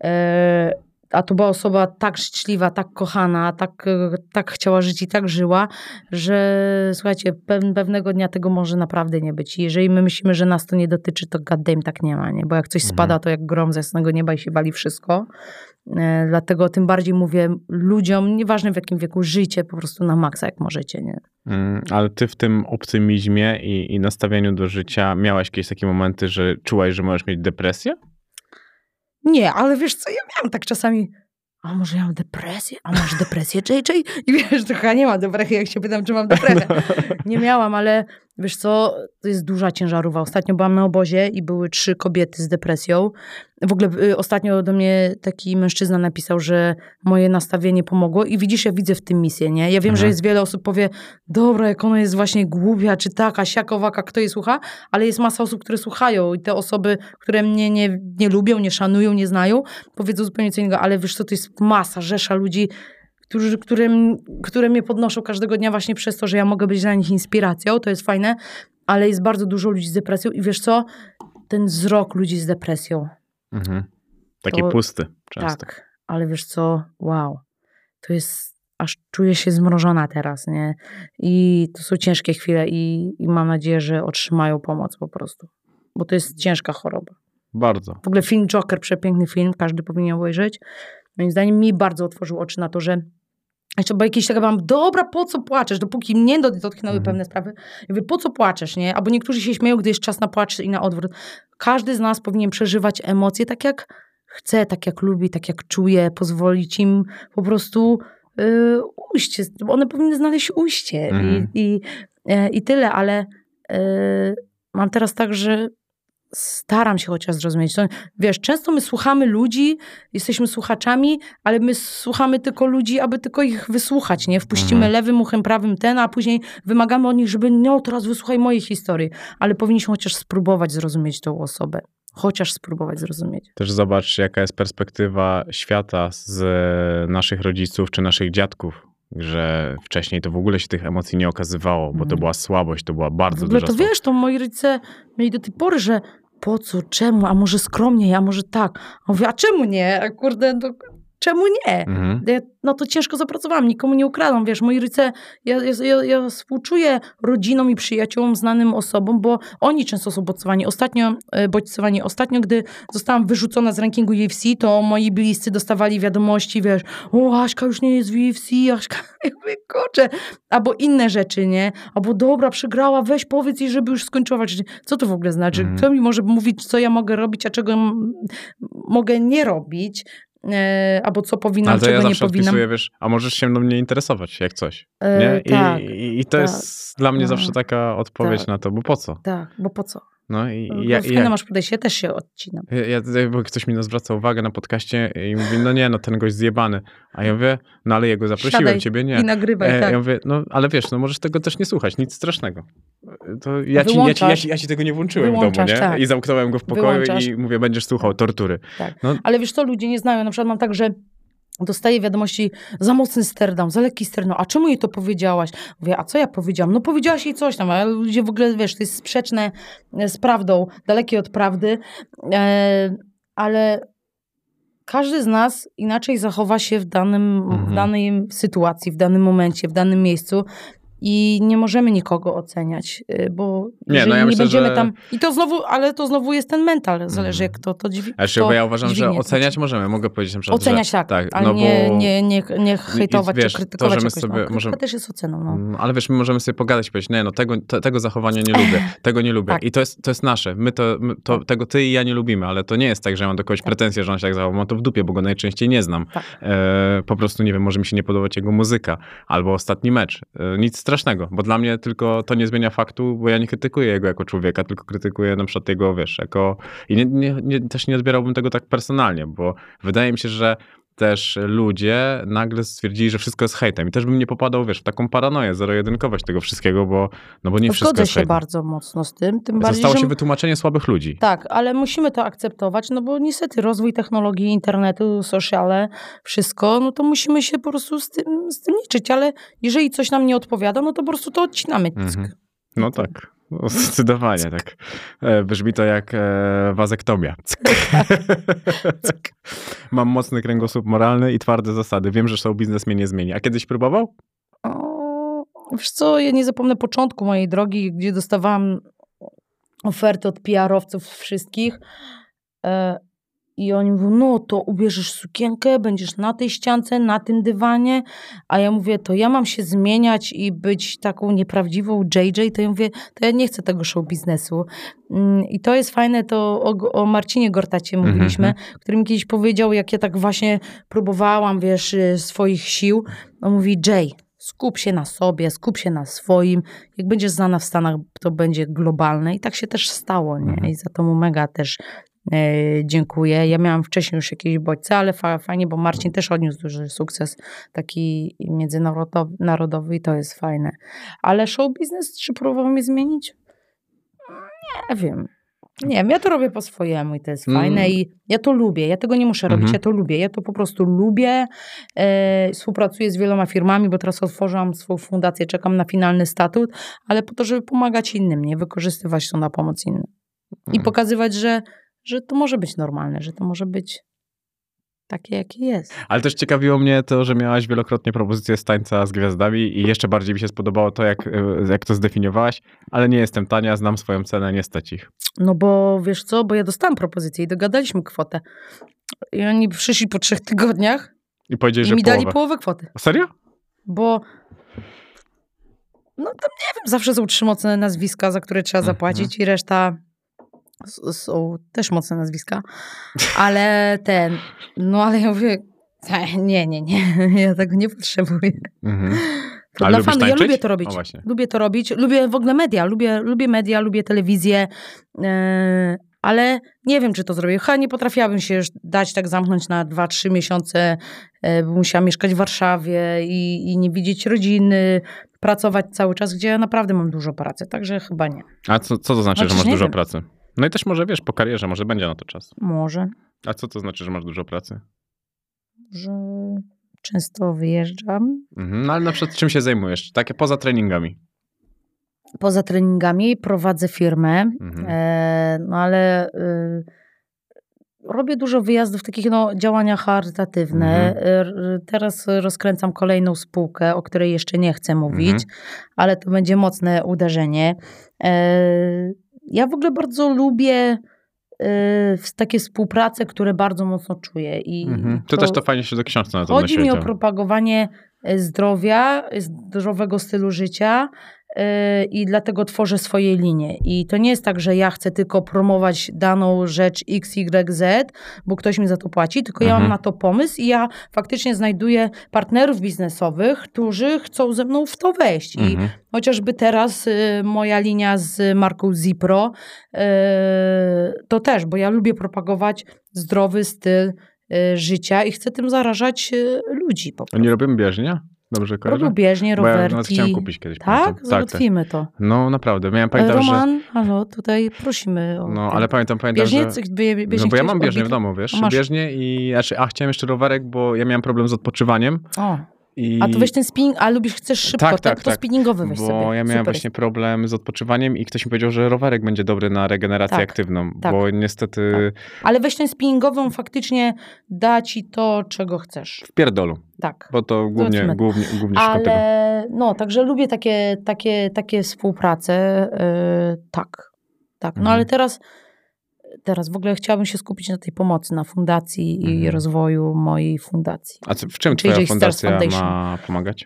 A to była osoba tak szczęśliwa, tak kochana, tak chciała żyć i tak żyła, że słuchajcie, pewnego dnia tego może naprawdę nie być. I jeżeli my myślimy, że nas to nie dotyczy, to goddamn tak nie ma, nie? Bo jak coś spada, to jak grom z jasnego nieba i się wali wszystko. Dlatego tym bardziej mówię ludziom, nieważne w jakim wieku, żyjcie po prostu na maksa, jak możecie, nie? Ale ty w tym optymizmie i nastawieniu do życia miałaś jakieś takie momenty, że czułaś, że możesz mieć depresję? Nie, ale wiesz co, ja miałam tak czasami, a może ja mam depresję? A masz depresję, JJ? I wiesz, to chyba nie ma depresji, jak się pytam, czy mam depresję. Nie miałam, ale wiesz co, to jest duża ciężarówka. Ostatnio byłam na obozie i były 3 kobiety z depresją. W ogóle ostatnio do mnie taki mężczyzna napisał, że moje nastawienie pomogło i widzisz, ja widzę w tym misję, nie? Ja wiem, że jest wiele osób, powie, dobra, jak ona jest właśnie głupia, czy taka, siaka, owaka, kto jej słucha, ale jest masa osób, które słuchają i te osoby, które mnie nie lubią, nie szanują, nie znają, powiedzą zupełnie co innego, ale wiesz co, to jest masa, rzesza ludzi, które mnie podnoszą każdego dnia właśnie przez to, że ja mogę być dla nich inspiracją, to jest fajne, ale jest bardzo dużo ludzi z depresją i wiesz co, ten wzrok ludzi z depresją. Taki to, pusty często. Tak, ale wiesz co, wow, to jest, aż czuję się zmrożona teraz, nie? I to są ciężkie chwile i mam nadzieję, że otrzymają pomoc po prostu, bo to jest ciężka choroba. Bardzo. W ogóle film Joker, przepiękny film, każdy powinien obejrzeć. Moim zdaniem mi bardzo otworzył oczy na to, że jeszcze bo jakieś taka mam, dobra, po co płaczesz? Dopóki mnie dotknęły pewne sprawy. Ja mówię, po co płaczesz, nie? Albo niektórzy się śmieją, gdy jest czas na płacz i na odwrót. Każdy z nas powinien przeżywać emocje tak jak chce, tak jak lubi, tak jak czuje, pozwolić im po prostu ujście. One powinny znaleźć ujście i tyle, ale mam teraz tak, że staram się chociaż zrozumieć. To, wiesz, często my słuchamy ludzi, jesteśmy słuchaczami, ale my słuchamy tylko ludzi, aby tylko ich wysłuchać, nie? Wpuścimy lewym uchem, prawym a później wymagamy od nich, żeby no teraz wysłuchaj mojej historii. Ale powinniśmy chociaż spróbować zrozumieć tą osobę. Chociaż spróbować zrozumieć. Też zobacz, jaka jest perspektywa świata z naszych rodziców czy naszych dziadków, że wcześniej to w ogóle się tych emocji nie okazywało, bo to była słabość, to była bardzo duża słabość. To wiesz, to moi rodzice mieli do tej pory, że po co, czemu, a może skromniej, a może tak. A mówię, a czemu nie? A kurde, to czemu nie? Ja no to ciężko zapracowałam, nikomu nie ukradłam, wiesz, moi rodzice, ja współczuję rodzinom i przyjaciołom, znanym osobom, bo oni często są bodźcowani. Ostatnio, gdy zostałam wyrzucona z rankingu UFC, to moi bliscy dostawali wiadomości, wiesz, o, Aśka już nie jest w UFC, Aśka, ja mówię, kurczę, albo inne rzeczy, nie? Albo dobra, przegrała, weź powiedz jej, żeby już skończyła walczyć. Co to w ogóle znaczy? Kto mi może mówić, co ja mogę robić, a czego mogę nie robić? Albo co powinnam, czego nie powinnam. Odpisuję, wiesz, a możesz się mną nie interesować, jak coś. Nie? Tak, I to jest dla mnie zawsze taka odpowiedź na to, bo po co? Tak, bo po co? No i masz podejście, ja też się odcinam. Bo ktoś mi zwraca uwagę na podcaście i mówi, no nie, no ten gość zjebany. A ja mówię, no ale jego zaprosiłem, siadaj ciebie nie. I nagrywaj, tak. Ja mówię, no ale wiesz, no możesz tego też nie słuchać, nic strasznego. To ja ci tego nie włączyłem w domu, nie? Tak. I zamknąłem go w pokoju i mówię, będziesz słuchał tortury. Tak. No. Ale wiesz co, ludzie nie znają, na przykład mam tak, że dostaję wiadomości, za mocny ster dam, za lekki ster, no a czemu jej to powiedziałaś? Mówię, a co ja powiedziałam? No powiedziałaś jej coś tam, ale ludzie w ogóle, wiesz, to jest sprzeczne z prawdą, dalekie od prawdy, ale każdy z nas inaczej zachowa się w danej sytuacji, w danym momencie, w danym miejscu. I nie możemy nikogo oceniać, bo jeżeli nie będziemy tam... I to znowu, ale to znowu jest ten mental, zależy jak to dźwignie. Ja uważam, że oceniać możemy, mogę powiedzieć na przykład, oceniać że, tak, ale no nie hejtować czy krytykować to, że my sobie, też jest oceną. No. Ale wiesz, my możemy sobie pogadać i powiedzieć, nie, no tego zachowania nie lubię, tego nie lubię. Tak. I to jest nasze. Tego ty i ja nie lubimy, ale to nie jest tak, że ja mam do kogoś pretensję, że on się tak zachował. Mam to w dupie, bo go najczęściej nie znam. Tak. Po prostu, nie wiem, może mi się nie podobać jego muzyka albo ostatni mecz. Nic strasznego. strasznego, bo dla mnie tylko to nie zmienia faktu, bo ja nie krytykuję jego jako człowieka, tylko krytykuję na przykład jego, wiesz, jako... I też nie odbierałbym tego tak personalnie, bo wydaje mi się, że też ludzie nagle stwierdzili, że wszystko jest hejtem. I też bym nie popadał, wiesz, w taką paranoję, zero-jedynkowość tego wszystkiego, bo nie wszystko Zgodzę jest się hejtem. bardzo mocno z tym. Tym bardziej, Zostało że... się wytłumaczenie słabych ludzi. Tak, ale musimy to akceptować, no bo niestety rozwój technologii, internetu, sociale, wszystko, no to musimy się po prostu z tym liczyć, ale jeżeli coś nam nie odpowiada, no to po prostu to odcinamy. No tak. No, zdecydowanie tak. Brzmi to jak wazektomia. Mam mocny kręgosłup moralny i twarde zasady. Wiem, że show biznes mnie nie zmieni. A kiedyś próbował? Wiesz co, ja nie zapomnę początku mojej drogi, gdzie dostawałam oferty od PR-owców wszystkich i oni mówią, no to ubierzesz sukienkę, będziesz na tej ściance, na tym dywanie, a ja mówię, to ja mam się zmieniać i być taką nieprawdziwą JJ, to ja mówię, to ja nie chcę tego show biznesu. I to jest fajne, to o Marcinie Gortacie mówiliśmy, który mi kiedyś powiedział, jak ja tak właśnie próbowałam, wiesz, swoich sił, on mówi, Jay, skup się na sobie, skup się na swoim. Jak będziesz znana w Stanach, to będzie globalne. I tak się też stało, nie? I za to mu mega też dziękuję. Ja miałam wcześniej już jakieś bodźce, ale fajnie, bo Marcin też odniósł duży sukces taki międzynarodowy i to jest fajne. Ale show biznes, czy próbował mnie zmienić? Nie wiem. Nie wiem, ja to robię po swojemu i to jest fajne i ja to lubię. Ja tego nie muszę robić, ja to lubię. Ja to po prostu lubię. Współpracuję z wieloma firmami, bo teraz otworzyłam swoją fundację, czekam na finalny statut, ale po to, żeby pomagać innym, nie wykorzystywać to na pomoc innym. I pokazywać, że to może być normalne, że to może być takie, jakie jest. Ale też ciekawiło mnie to, że miałaś wielokrotnie propozycję z tańca z gwiazdami i jeszcze bardziej mi się spodobało to, jak to zdefiniowałaś, ale nie jestem tania, znam swoją cenę, nie stać ich. No bo wiesz co, bo ja dostałam propozycję i dogadaliśmy kwotę. I oni przyszli po 3 tygodniach I powiedzieli, i że mi dali połowę kwoty. Serio? Bo no to nie wiem, zawsze są 3 mocne nazwiska, za które trzeba zapłacić i reszta są też mocne nazwiska, ale ale ja mówię, nie, ja tego nie potrzebuję. To Ale dla fanów, ja lubię to robić. Lubię to robić, lubię w ogóle media, lubię media, lubię telewizję, ale nie wiem, czy to zrobię. Chyba nie potrafiłabym się już dać tak zamknąć na 2-3 miesiące, bo musiałam mieszkać w Warszawie i nie widzieć rodziny, pracować cały czas, gdzie ja naprawdę mam dużo pracy, także chyba nie. A co to znaczy, że masz dużo pracy? No i też może, wiesz, po karierze, może będzie na to czas. Może. A co to znaczy, że masz dużo pracy? Że często wyjeżdżam. No ale na przykład czym się zajmujesz? Takie poza treningami. Poza treningami prowadzę firmę, no ale robię dużo wyjazdów, takich działania charytatywne. Teraz rozkręcam kolejną spółkę, o której jeszcze nie chcę mówić, ale to będzie mocne uderzenie. Ja w ogóle bardzo lubię takie współprace, które bardzo mocno czuję. To też to fajnie się do książki na to chodzi mi o propagowanie zdrowia, zdrowego stylu życia i dlatego tworzę swoje linie. I to nie jest tak, że ja chcę tylko promować daną rzecz XYZ, bo ktoś mi za to płaci, tylko ja mam na to pomysł i ja faktycznie znajduję partnerów biznesowych, którzy chcą ze mną w to wejść. I chociażby teraz moja linia z marką Zipro, to też, bo ja lubię propagować zdrowy styl życia i chcę tym zarażać ludzi po prostu. Oni robią bieżnie? Dobrze kojarzę? Robią bieżnie, rowerki. Bo ja chciałem kupić kiedyś. Tak? Załatwimy to. No naprawdę. Pamiętam, Roman, halo, tutaj prosimy o ale pamiętam, bieżnie, że... bieżnie no bo ja mam bieżnię w domu, wiesz, bieżnię i... chciałem jeszcze rowerek, bo ja miałem problem z odpoczywaniem. A to weź ten spinning, a chcesz szybko, to spinningowy weź sobie. Bo ja miałem właśnie problem z odpoczywaniem i ktoś mi powiedział, że rowerek będzie dobry na regenerację aktywną, bo niestety... Ale weź ten spinningowy, on faktycznie da ci to, czego chcesz. W pierdolu. Tak. Bo to głównie szukam tego. No, także lubię takie współprace. Tak. No ale teraz w ogóle chciałabym się skupić na tej pomocy, na fundacji i rozwoju mojej fundacji. A w czym twoja fundacja ma pomagać?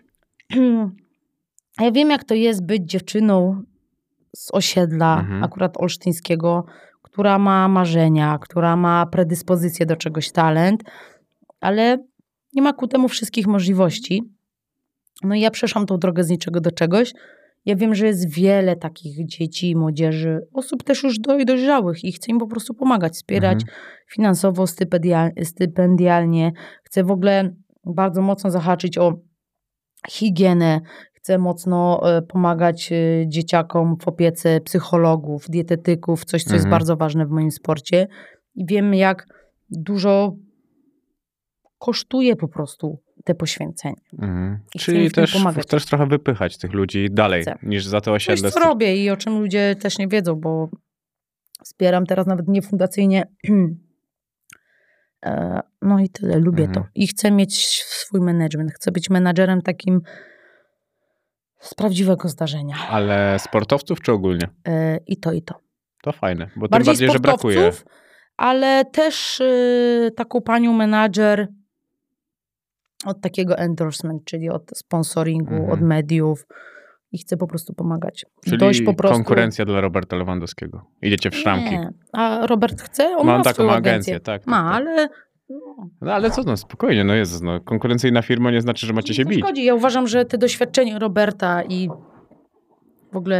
Ja wiem, jak to jest być dziewczyną z osiedla, akurat olsztyńskiego, która ma marzenia, która ma predyspozycję do czegoś, talent, ale nie ma ku temu wszystkich możliwości. No i ja przeszłam tą drogę z niczego do czegoś. Ja wiem, że jest wiele takich dzieci, młodzieży, osób też już dojrzałych i chcę im po prostu pomagać, wspierać finansowo, stypendialnie. Chcę w ogóle bardzo mocno zahaczyć o higienę. Chcę mocno pomagać dzieciakom w opiece psychologów, dietetyków, coś, co jest bardzo ważne w moim sporcie. I wiem, jak dużo kosztuje po prostu te poświęcenie. Czyli też trochę wypychać tych ludzi dalej niż za to osiedle. Coś, co robię i o czym ludzie też nie wiedzą, bo wspieram teraz nawet niefundacyjnie. No i tyle, lubię to. I chcę mieć swój management. Chcę być menadżerem takim z prawdziwego zdarzenia. Ale sportowców czy ogólnie? I to, i to. To fajne, bo Bardziej tym bardziej, że brakuje. Ale też taką panią menadżer od takiego endorsement, czyli od sponsoringu, od mediów i chcę po prostu pomagać. Czyli dość po prostu... konkurencja dla Roberta Lewandowskiego. Idziecie w szramki. Nie. A Robert chce? On ma ma taką swoją agencję. Tak, ale... No ale co, no spokojnie, no Jezus, no konkurencyjna firma nie znaczy, że macie się bić. Ja uważam, że te doświadczenie Roberta i w ogóle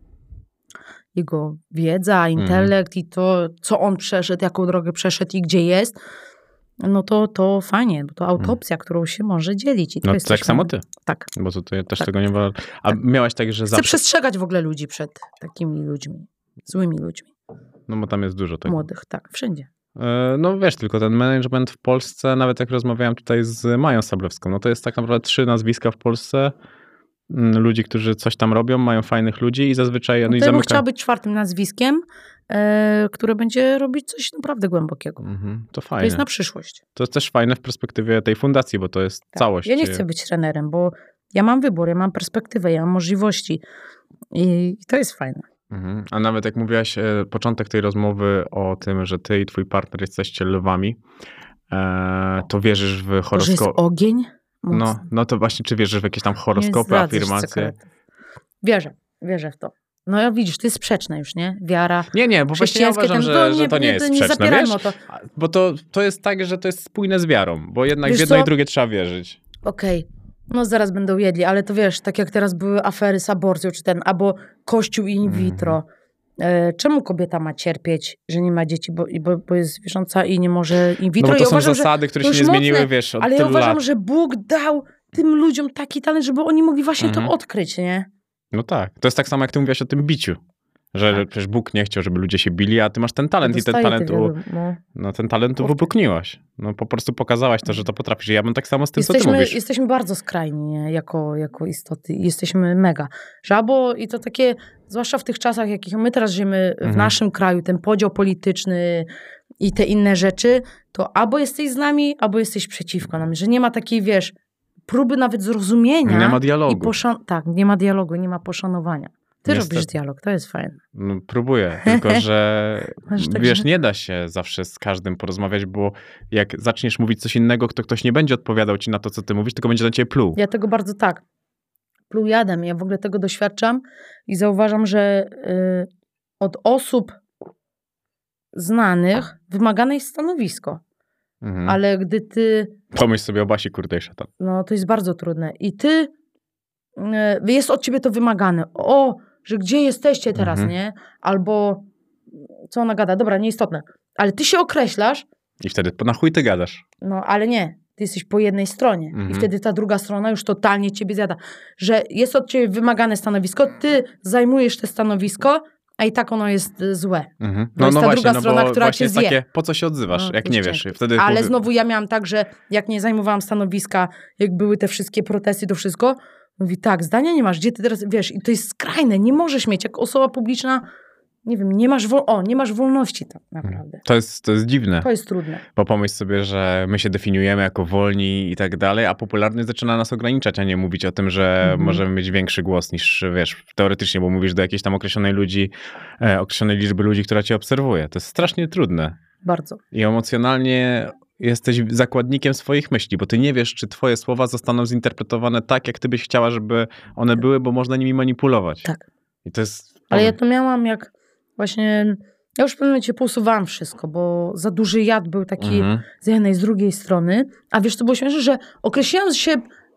jego wiedza, intelekt i to, co on przeszedł, jaką drogę przeszedł i gdzie jest, no to fajnie, bo to autopsja, którą się może dzielić. I to no jest tak samo ty. Tak. Bo to ja też tego nie ma. A miałaś tak, że Chcę przestrzegać w ogóle ludzi przed takimi ludźmi, złymi ludźmi. No bo tam jest dużo tego. Młodych, tak, wszędzie. No wiesz, tylko ten management w Polsce, nawet jak rozmawiałem tutaj z Mają Sablewską, no to jest tak naprawdę 3 nazwiska w Polsce, ludzi, którzy coś tam robią, mają fajnych ludzi i zazwyczaj No to ja bym chciała być 4. nazwiskiem, które będzie robić coś naprawdę głębokiego. To fajnie. To jest na przyszłość. To jest też fajne w perspektywie tej fundacji, bo to jest całość. Ja nie chcę być trenerem, bo ja mam wybór, ja mam perspektywę, ja mam możliwości i to jest fajne. A nawet jak mówiłaś, początek tej rozmowy o tym, że ty i twój partner jesteście lwami, to wierzysz w horoskopy. Że jest ogień? No to właśnie, czy wierzysz w jakieś tam horoskopy, afirmacje? Wierzę w to. No ja widzisz, to jest sprzeczne już, nie? Wiara. Nie, bo właśnie ja uważam, że to nie jest sprzeczne, wiesz? O to. Bo to jest tak, że to jest spójne z wiarą, bo jednak wiesz w jedno co? i drugie trzeba wierzyć. Okej. No zaraz będą jedli, ale to wiesz, tak jak teraz były afery z aborcją, czy albo kościół in vitro. Czemu kobieta ma cierpieć, że nie ma dzieci, bo jest wierząca i nie może in vitro? No bo to ja są uważam, zasady, które się nie zmieniły, wiesz, od ale tylu ja uważam, lat. że Bóg dał tym ludziom taki talent, żeby oni mogli właśnie to odkryć, nie? No tak. To jest tak samo, jak ty mówiłaś o tym biciu. Że przecież Bóg nie chciał, żeby ludzie się bili, a ty masz ten talent i ten talent ten talent wypukniłaś. No po prostu pokazałaś to, że to potrafisz. Ja bym tak samo z tym, co ty mówisz. Jesteśmy bardzo skrajni, nie? Jako istoty. Jesteśmy mega. Żabo i to takie, zwłaszcza w tych czasach, jakich my teraz żyjemy w naszym kraju, ten podział polityczny i te inne rzeczy, to albo jesteś z nami, albo jesteś przeciwko nam. Że nie ma takiej, wiesz, próby nawet zrozumienia. Nie ma dialogu. Tak, nie ma dialogu, nie ma poszanowania. Ty Niestety. robisz dialog, to jest fajne. No, próbuję, tylko że wiesz, nie da się zawsze z każdym porozmawiać, bo jak zaczniesz mówić coś innego, to ktoś nie będzie odpowiadał ci na to, co ty mówisz, tylko będzie na ciebie pluł. Ja tego bardzo pluł jadem. Ja w ogóle tego doświadczam i zauważam, że od osób znanych wymagane jest stanowisko. Ale gdy ty... Pomyśl sobie o Basi Kurdej-Szatan. No, to jest bardzo trudne. I ty... Jest od ciebie to wymagane. Że gdzie jesteście teraz, nie? Albo co ona gada? Dobra, nieistotne. Ale ty się określasz. I wtedy na chuj ty gadasz. No, ale nie. Ty jesteś po jednej stronie. I wtedy ta druga strona już totalnie ciebie zjada. Że jest od ciebie wymagane stanowisko, ty zajmujesz te stanowisko, a i tak ono jest złe. No jest ta właśnie, druga strona, która cię jest zje. takie, po co się odzywasz, jak nie wiesz. Wtedy ale znowu ja miałam tak, że jak nie zajmowałam stanowiska, jak były te wszystkie protesty, to wszystko, mówi tak, zdania nie masz, gdzie ty teraz, wiesz, i to jest skrajne, nie możesz mieć, jako osoba publiczna, nie wiem, nie masz wolności tak naprawdę. To jest dziwne. To jest trudne. Bo pomyśl sobie, że my się definiujemy jako wolni i tak dalej, a popularność zaczyna nas ograniczać, a nie mówić o tym, że możemy mieć większy głos niż, wiesz, teoretycznie, bo mówisz do jakiejś tam określonej liczby ludzi, która cię obserwuje. To jest strasznie trudne. Bardzo. I emocjonalnie jesteś zakładnikiem swoich myśli, bo ty nie wiesz, czy twoje słowa zostaną zinterpretowane tak, jak ty byś chciała, żeby one były, bo można nimi manipulować. Tak. I to jest... Ale ja to miałam jak właśnie... Ja już w pewnym momencie pousuwałam wszystko, bo za duży jad był taki z jednej, z drugiej strony. A wiesz, co było śmieszne, że określając się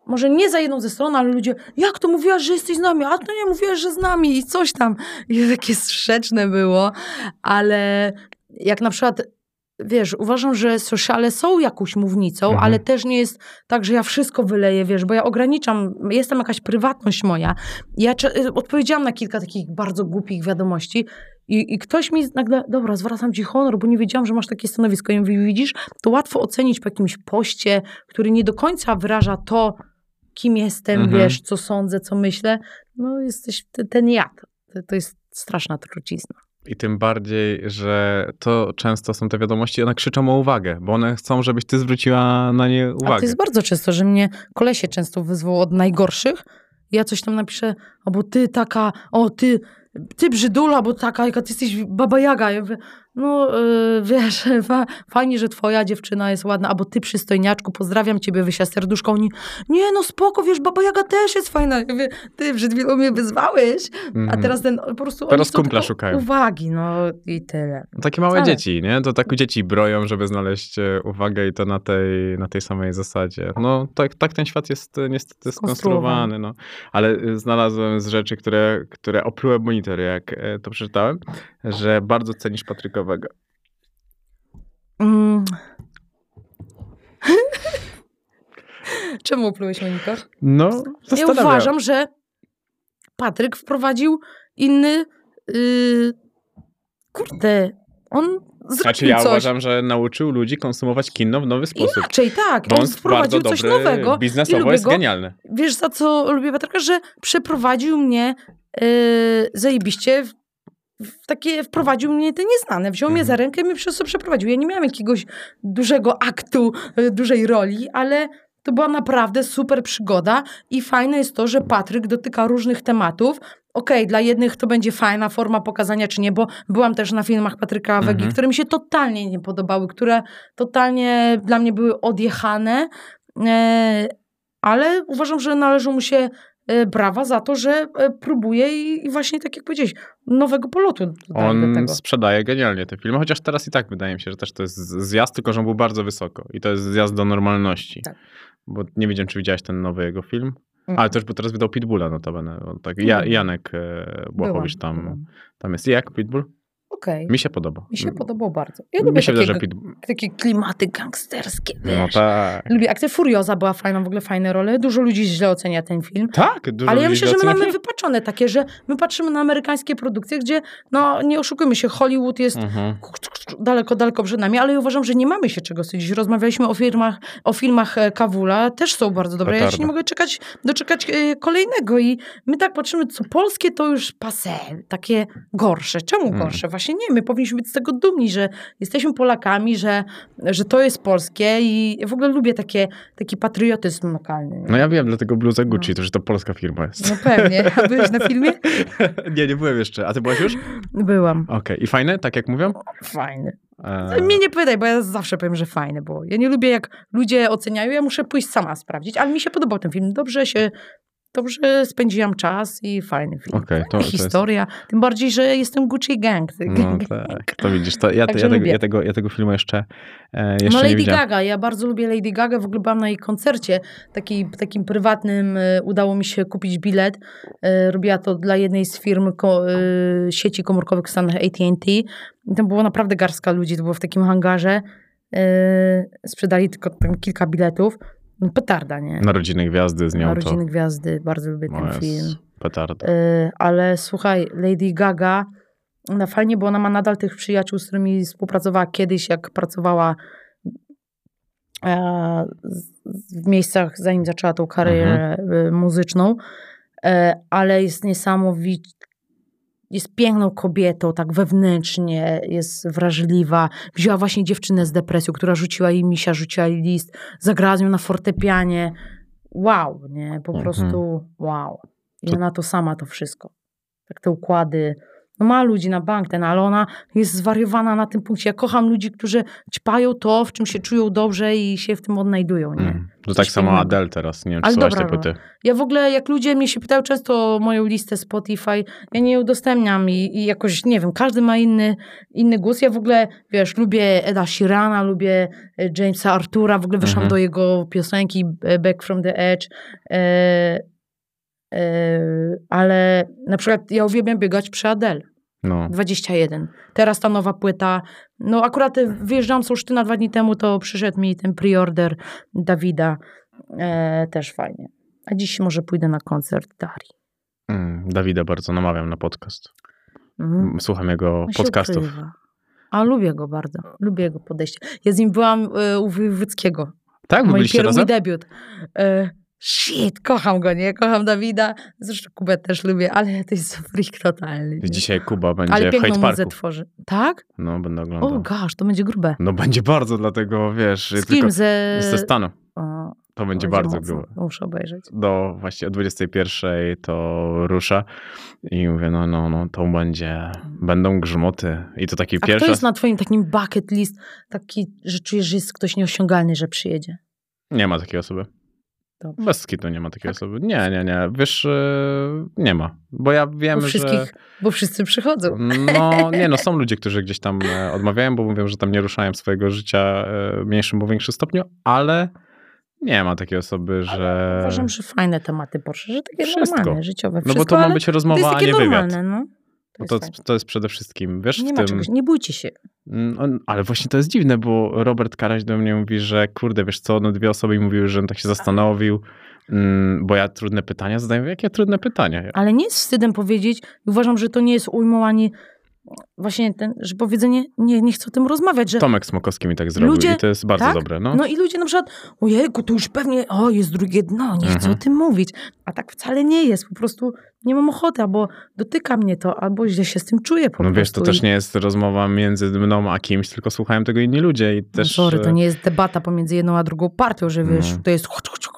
może nie za jedną ze stron, ale ludzie, jak to mówiłaś, że jesteś z nami? A to nie mówiłaś, że z nami i coś tam. I takie sprzeczne było, ale jak na przykład, wiesz, uważam, że sociale są jakąś mównicą, ale też nie jest tak, że ja wszystko wyleję, wiesz, bo ja ograniczam, jest tam jakaś prywatność moja. Ja odpowiedziałam na kilka takich bardzo głupich wiadomości i ktoś mi nagle, dobra, zwracam ci honor, bo nie wiedziałam, że masz takie stanowisko. I mówię, widzisz, to łatwo ocenić po jakimś poście, który nie do końca wyraża to, kim jestem, wiesz, co sądzę, co myślę. No jesteś ten jad. To jest straszna trucizna. I tym bardziej, że to często są te wiadomości, one krzyczą o uwagę, bo one chcą, żebyś ty zwróciła na nie uwagę. A to jest bardzo często, że mnie kolesie często wyzwało od najgorszych. Ja coś tam napiszę, albo ty taka, ty brzydula, bo taka, jaka ty jesteś baba Jaga. Ja mówię, no wiesz, fajnie, że twoja dziewczyna jest ładna, albo ty przystojniaczku, pozdrawiam ciebie, wysia serduszko. Oni, nie no spoko, wiesz, baba Jaga też jest fajna. Ja mówię, ty przed chwilą mnie wyzwałeś, a teraz po prostu teraz oni chcą kumpla szukają uwagi, no i tyle. Takie małe dzieci, nie? To tak dzieci broją, żeby znaleźć uwagę i to na tej samej zasadzie. No tak ten świat jest niestety skonstruowany, no. Ale znalazłem z rzeczy, które opluły monitor, jak to przeczytałem, że bardzo cenisz Patrykowego. Czemu oplułeś monitor? No, ja uważam, że Patryk wprowadził inny on zrobił znaczy ja coś. uważam, że nauczył ludzi konsumować kino w nowy sposób. Inaczej, tak. Bo on wprowadził coś nowego. Biznesowo jest genialny. Wiesz, za co lubię Patryka? Że przeprowadził mnie zajebiście wprowadził mnie te nieznane. Wziął mnie za rękę i mnie przez to przeprowadził. Ja nie miałam jakiegoś dużego aktu, dużej roli, ale to była naprawdę super przygoda i fajne jest to, że Patryk dotyka różnych tematów. Okej, dla jednych to będzie fajna forma pokazania, czy nie, bo byłam też na filmach Patryka Wegi, które mi się totalnie nie podobały, które totalnie dla mnie były odjechane, ale uważam, że należą mu się brawa za to, że próbuje i właśnie tak jak powiedziałeś, nowego polotu on do tego. Sprzedaje genialnie te filmy, chociaż teraz i tak wydaje mi się, że też to jest zjazd, tylko że on był bardzo wysoko i to jest zjazd do normalności. Tak. Bo nie wiedziałem, czy widziałeś ten nowy jego film, ale też, bo teraz wydał Pitbulla notabene. Tak, Janek Błachowicz tam jest. Jak Pitbull? Okej. Mi się podoba. Mi się podobał bardzo. Ja lubię takie klimaty gangsterskie, wiesz. No tak. Lubię akcję. Furioza była fajna, w ogóle fajne role. Dużo ludzi źle ocenia ten film. Tak, dużo ale ja ludzi myślę, że my mamy wypaczone takie, że my patrzymy na amerykańskie produkcje, gdzie, no nie oszukujmy się, Hollywood jest daleko przed nami, ale ja uważam, że nie mamy się czego wstydzić. Rozmawialiśmy o filmach Kawula, też są bardzo dobre. Ja się nie mogę doczekać kolejnego i my tak patrzymy, co polskie to już passé, takie gorsze. Czemu gorsze? Właśnie nie, my powinniśmy być z tego dumni, że jesteśmy Polakami, że to jest polskie i w ogóle lubię taki patriotyzm lokalny. No ja wiem, dlatego bluza Gucci, to że to polska firma jest. No pewnie. A byłeś na filmie? Nie byłem jeszcze. A ty byłaś już? Byłam. Okej. I fajne, tak jak mówią? Fajny. Mnie nie pytaj, bo ja zawsze powiem, że fajny, bo ja nie lubię, jak ludzie oceniają, ja muszę pójść sama sprawdzić, ale mi się podobał ten film. Dobrze spędziłam czas i fajny film. To historia. Jest... Tym bardziej, że jestem Gucci Gang. No tak, to widzisz. Ja tego filmu jeszcze nie Lady widziałem. Gaga. Ja bardzo lubię Lady Gaga. W ogóle byłam na jej koncercie takim prywatnym. Udało mi się kupić bilet. Robiła to dla jednej z firm sieci komórkowych w Stanach AT&T. I tam było naprawdę garstka ludzi. To było w takim hangarze. Sprzedali tylko tam kilka biletów. Petarda, nie? Narodziny Gwiazdy z nią. Narodziny Gwiazdy, bardzo lubię ten film. Petarda. Ale słuchaj, Lady Gaga, ona fajnie, bo ona ma nadal tych przyjaciół, z którymi współpracowała kiedyś, jak pracowała w miejscach, zanim zaczęła tą karierę muzyczną, ale jest niesamowicie, jest piękną kobietą, tak wewnętrznie, jest wrażliwa. Wzięła właśnie dziewczynę z depresją, która rzuciła jej misia, rzuciła jej list, zagrała z nią na fortepianie. Wow, nie? Po prostu wow. I ona to sama to wszystko. Tak te układy, No ma ludzi na bank ale ona jest zwariowana na tym punkcie. Ja kocham ludzi, którzy ćpają to, w czym się czują dobrze i się w tym odnajdują, nie? To Coś tak samo pięknego. Adele teraz, nie wiem, czy Ale słuchałaś dobra tej płyty. Ja w ogóle, jak ludzie mnie się pytają często o moją listę Spotify, ja nie udostępniam i jakoś, nie wiem, każdy ma inny głos. Ja w ogóle, wiesz, lubię Eda Sheerana, lubię Jamesa Artura, w ogóle weszłam do jego piosenki Back from the Edge, ale na przykład ja uwielbiam biegać przy Adele. No. 21. Teraz ta nowa płyta. No akurat wyjeżdżałam z Olsztyna 2 dni temu, to przyszedł mi ten preorder Dawida. Też fajnie. A dziś może pójdę na koncert Darii. Dawida bardzo namawiam na podcast. Mhm. Słucham jego On się podcastów. ukrywa. A lubię go bardzo. Lubię jego podejście. Ja z nim byłam u Wojewódzkiego. Tak? Wy Mój byliście razem? debiut. Kocham go, nie? Kocham Dawida. Zresztą Kubę też lubię, ale to jest freak totalny. Dzisiaj Kuba Ale będzie w piękną Hyde muzę Parku. tworzy. Tak? No, będę oglądał. O gosh, to będzie grube. No będzie bardzo, dlatego wiesz... Z tylko kim? ze Stanu. O, To będzie bardzo mocno. grube. Muszę obejrzeć. Właśnie o 21 to rusza i mówię, no, to będą grzmoty. I to taki A pierwszy kto jest na twoim takim bucket list, taki, że czujesz, że jest ktoś nieosiągalny, że przyjedzie? Nie ma takiej osoby. Dobrze. Bez skitu nie ma takiej osoby. Nie. Wiesz, nie ma. Bo ja wiem, Bo wszyscy przychodzą. No są ludzie, którzy gdzieś tam odmawiają, bo mówią, że tam nie ruszają swojego życia w mniejszym bądź większym stopniu, ale nie ma takiej osoby, że... Uważam, że fajne tematy poruszyć, że takie Wszystko. normalne, życiowe. No Wszystko, bo to ma ale być rozmowa, to jest a takie nie wywiad. normalne, no. To jest przede wszystkim, wiesz, Nie w ma tym... czegoś, nie bójcie się. Ale właśnie to jest dziwne, bo Robert Karaś do mnie mówi, że kurde, wiesz co, 2 osoby mi mówiły, że on tak się zastanowił, bo ja trudne pytania zadaję. Jakie trudne pytania? Ale nie jest wstydem powiedzieć, uważam, że to nie jest ujmą ani właśnie że powiedzenie, nie chcę o tym rozmawiać, że Tomek Smokowski mi tak zrobił ludzie, i to jest bardzo tak? dobre. No. No i ludzie na przykład, ojejku, to już pewnie, jest drugie dno, nie chcę o tym mówić. A tak wcale nie jest, po prostu nie mam ochoty, albo dotyka mnie to, albo źle się z tym czuję po prostu. No wiesz, to też nie jest rozmowa między mną a kimś, tylko słuchają tego inni ludzie i też... Sorry, to nie jest debata pomiędzy jedną a drugą partią, że wiesz, to jest...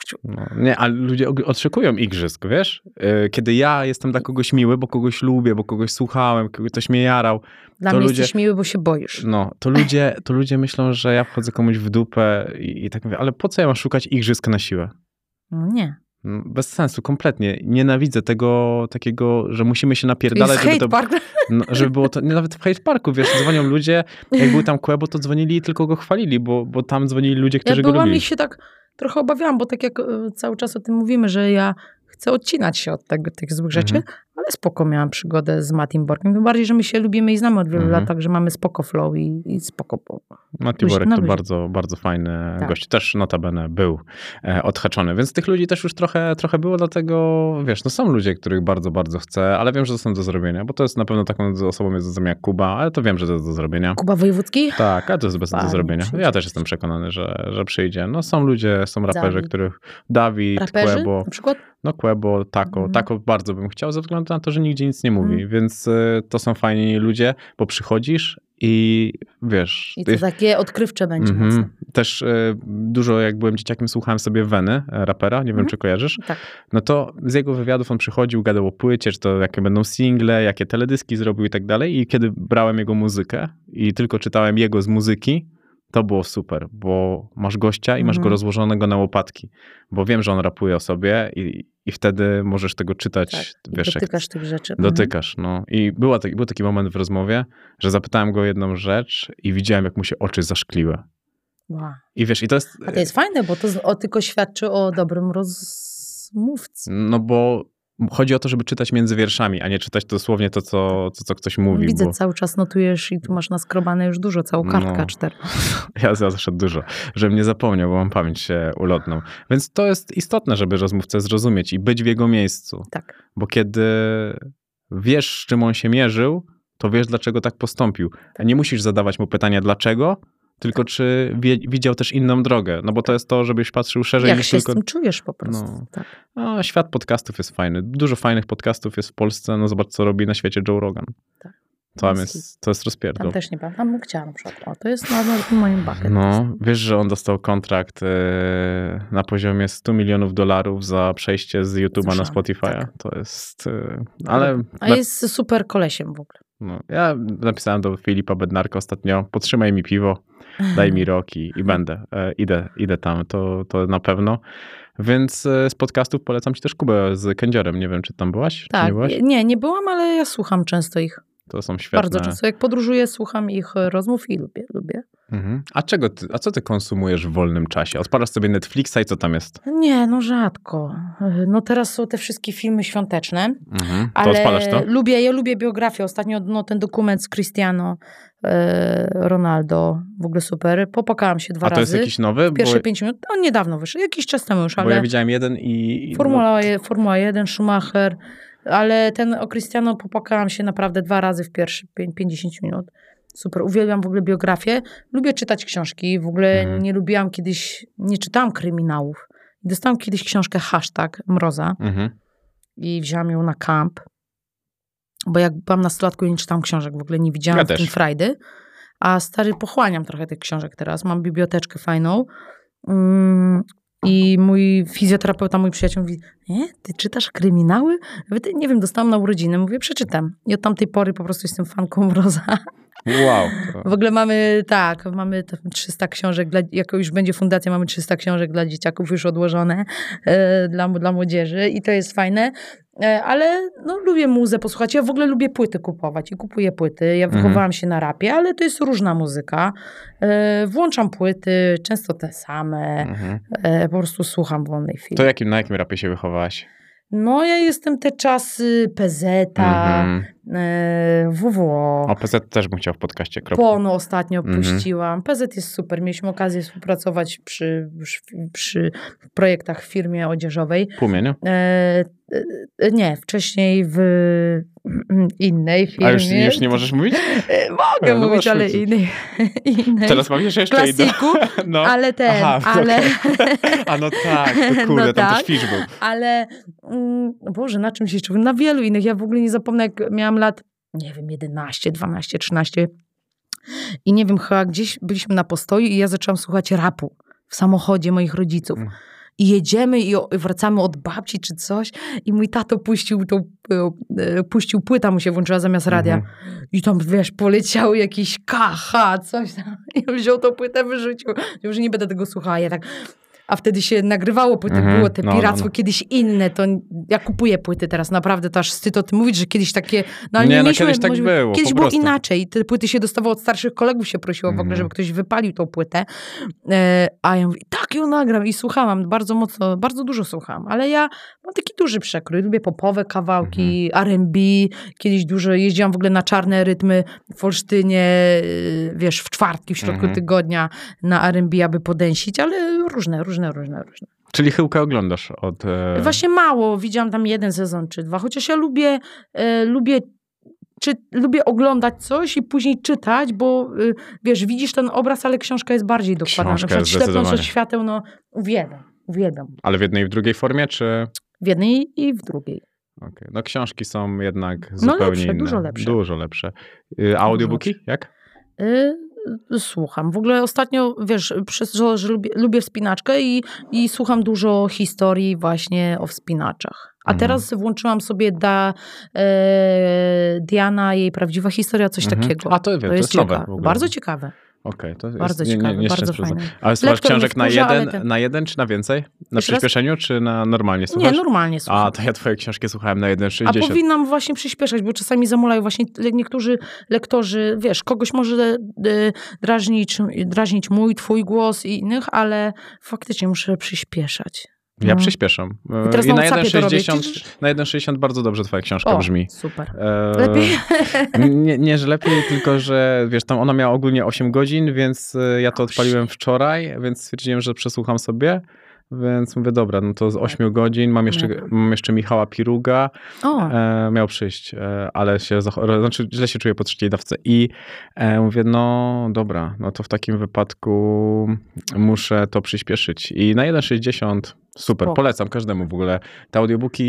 Nie, ale ludzie oczekują igrzysk, wiesz? Kiedy ja jestem dla kogoś miły, bo kogoś lubię, bo kogoś słuchałem, ktoś mnie jarał. Dla mnie jesteś miły, bo się boisz. No, to ludzie myślą, że ja wchodzę komuś w dupę i tak mówię, ale po co ja mam szukać igrzysk na siłę? No nie. Bez sensu, kompletnie. Nienawidzę tego takiego, że musimy się napierdalać, żeby to... Park. No, żeby było to, nawet w Hyde Parku, wiesz, dzwonią ludzie, jak był tam Quebo, to dzwonili i tylko go chwalili, bo tam dzwonili ludzie, którzy go lubili. Ja się tak trochę obawiałam, bo tak jak cały czas o tym mówimy, że ja chcę odcinać się od tych złych rzeczy, ale spoko miałam przygodę z Mattim Borkiem. Tym bardziej, że my się lubimy i znamy od wielu lat, także mamy spoko flow i spoko. Matti Borek to bardzo, bardzo fajny gość. Też notabene był odhaczony, więc tych ludzi też już trochę było, dlatego wiesz, no są ludzie, których bardzo, bardzo chcę, ale wiem, że to są do zrobienia, bo to jest na pewno taką osobą jest do zrobienia jak Kuba, ale to wiem, że to jest do zrobienia. Kuba Wojewódzki? Tak, ale to jest bez do zrobienia. Ja też jestem przekonany, że przyjdzie. No są ludzie, są raperzy, których Dawid, Quebo, na przykład? No Quebo, Tako bardzo bym chciał, ze względu na to, że nigdzie nic nie mówi, więc to są fajni ludzie, bo przychodzisz i wiesz... I to takie odkrywcze będzie mocno. Też dużo, jak byłem dzieciakiem, słuchałem sobie Weny, rapera, nie wiem, czy kojarzysz. Tak. No to z jego wywiadów on przychodził, gadał o płycie, czy to jakie będą single, jakie teledyski zrobił i tak dalej. I kiedy brałem jego muzykę i tylko czytałem jego z muzyki, to było super, bo masz gościa i masz go rozłożonego na łopatki, bo wiem, że on rapuje o sobie i wtedy możesz tego czytać. Tak, wiesz, dotykasz tych rzeczy. Dotykasz, no. I był taki moment w rozmowie, że zapytałem go o jedną rzecz i widziałem, jak mu się oczy zaszkliły. Wow. I wiesz, i to jest... A to jest fajne, bo to tylko świadczy o dobrym rozmówcy. No bo chodzi o to, żeby czytać między wierszami, a nie czytać dosłownie to, co ktoś mówi. Widzę, cały czas notujesz i tu masz naskrobane już dużo, całą kartkę 4. Ja zawsze dużo, żebym nie zapomniał, bo mam pamięć ulotną. Więc to jest istotne, żeby rozmówcę zrozumieć i być w jego miejscu. Tak. Bo kiedy wiesz, z czym on się mierzył, to wiesz, dlaczego tak postąpił. A nie musisz zadawać mu pytania dlaczego, tylko czy widział też inną drogę. No bo to jest to, żebyś patrzył szerzej. Jak się z tym czujesz po prostu. No. Tak. A świat podcastów jest fajny. Dużo fajnych podcastów jest w Polsce. No zobacz, co robi na świecie Joe Rogan. Tak. To jest rozpierdol. Tam też nie pamiętam. Tam bym chciała na przykład. To jest na moim bucket. No, wiesz, że on dostał kontrakt na poziomie $100 milionów za przejście z YouTube'a na Spotify'a. Tak. To jest... ale... A jest super kolesiem w ogóle. No, ja napisałem do Filipa Bednarka ostatnio, podtrzymaj mi piwo, daj mi rok i będę. Idę tam, to na pewno. Więc z podcastów polecam ci też Kubę z Kędziorem. Nie wiem, czy tam byłaś? Czy Tak, nie byłaś? nie byłam, ale ja słucham często ich. To są świetne. Bardzo często. Jak podróżuję, słucham ich rozmów i lubię. Mhm. A co ty konsumujesz w wolnym czasie? Odpalasz sobie Netflixa i co tam jest? Nie, no rzadko. No teraz są te wszystkie filmy świąteczne. Mhm. To Ale odpalasz to? ja lubię biografię. Ostatnio ten dokument z Cristiano Ronaldo, w ogóle super. Popłakałam się 2 razy. A to jest jakiś nowy? W pierwsze 5 minut. On niedawno wyszedł, jakiś czas temu już, Bo ale ja widziałem jeden i... Formuła 1, Schumacher, ale ten o Cristiano popłakałam się naprawdę 2 razy w pierwsze 50 minut. Super, uwielbiam w ogóle biografię. Lubię czytać książki. W ogóle nie lubiłam kiedyś, nie czytałam kryminałów. Dostałam kiedyś książkę Mroza i wzięłam ją na kamp. Bo jak byłam nastolatką, nie czytałam książek, w ogóle nie widziałam w tym frajdy. A stary, pochłaniam trochę tych książek teraz. Mam biblioteczkę fajną. I mój fizjoterapeuta, mój przyjaciel mówi, nie, ty czytasz kryminały? Nie wiem, dostałam na urodziny. Mówię, przeczytam. I od tamtej pory po prostu jestem fanką Mroza. Wow. W ogóle mamy 300 książek, jako już będzie fundacja, mamy 300 książek dla dzieciaków już odłożone dla młodzieży i to jest fajne. Ale no, lubię muzę posłuchać. Ja w ogóle lubię płyty kupować i kupuję płyty. Ja wychowałam się na rapie, ale to jest różna muzyka. Włączam płyty, często te same. Po prostu słucham wolnej chwili. To na jakim rapie się wychowałaś? No ja jestem te czasy PZ-a, WWO. O, PZ też bym chciał w podcaście. Pono ostatnio puściłam. PZ jest super. Mieliśmy okazję współpracować przy projektach w firmie odzieżowej. Pumie, nie? Nie, wcześniej w innej firmie. A już nie możesz mówić? Mogę mówić, ale innej. Teraz mam jeszcze klasiku, no. ale ale... A no tak, to kurde, no tam też Fisz był. Ale, Boże, na czym się czułem? Na wielu innych. Ja w ogóle nie zapomnę, jak miałam lat, nie wiem, 11, 12, 13 i nie wiem, chyba gdzieś byliśmy na postoju i ja zaczęłam słuchać rapu w samochodzie moich rodziców. I jedziemy i wracamy od babci czy coś i mój tato puścił płyta, mu się włączyła zamiast radia. I tam, wiesz, poleciał jakiś coś tam. I on wziął tą płytę, wyrzucił. Już nie będę tego słuchała. Ja tak... A wtedy się nagrywało płyty, było te piractwo kiedyś inne, to ja kupuję płyty teraz, naprawdę to aż wstyd o tym mówić, że kiedyś takie, no ale nie mieliśmy, kiedyś tak było, kiedyś było inaczej, te płyty się dostawało od starszych kolegów, się prosiło w ogóle, żeby ktoś wypalił tą płytę, a ja mówię, tak ją nagram i słuchałam, bardzo dużo słuchałam, ale ja mam taki duży przekrój, lubię popowe kawałki, R&B, kiedyś dużo jeździłam w ogóle na czarne rytmy w Olsztynie, wiesz, w czwartki, w środku tygodnia na R&B, aby podęsić, ale różne. Czyli Chyłkę oglądasz od... Właśnie mało. Widziałam tam 1 sezon czy 2. Chociaż ja lubię oglądać coś i później czytać, bo wiesz, widzisz ten obraz, ale książka jest bardziej dokładna. Na przykład Ślepnąc od świateł, no uwielbiam. Ale w jednej i w drugiej formie, czy... W jednej i w drugiej. Okay. No książki są jednak zupełnie inne. Dużo lepsze. Audiobooki? Jak? Słucham. W ogóle ostatnio, wiesz, przez to, że lubię wspinaczkę i słucham dużo historii właśnie o wspinaczach. A teraz włączyłam sobie Diana, jej prawdziwa historia, coś takiego. A to jest nowe. Bardzo ciekawe. Okej, to bardzo jest ciekawe, bardzo fajne. Ale słuchasz książek na jeden czy na więcej? Na przyspieszeniu czy na normalnie słuchasz? Nie, normalnie słucham. A, to ja twoje książki słuchałem na 1,60. A powinnam właśnie przyspieszać, bo czasami zamulają właśnie niektórzy lektorzy, wiesz, kogoś może drażnić twój głos i innych, ale faktycznie muszę przyspieszać. Ja przyspieszam. I na 1,60 bardzo dobrze twoja książka brzmi. Super. Lepiej? Nie, że lepiej, tylko że wiesz, tam ona miała ogólnie 8 godzin, więc ja to odpaliłem wczoraj, więc stwierdziłem, że przesłucham sobie. Więc mówię, dobra, no to z 8 godzin mam jeszcze Michała Piruga. Miał przyjść, ale źle się czuję po 3. dawce. I mówię, no dobra, no to w takim wypadku muszę to przyspieszyć. I na 1,60 super, polecam każdemu w ogóle. Te audiobooki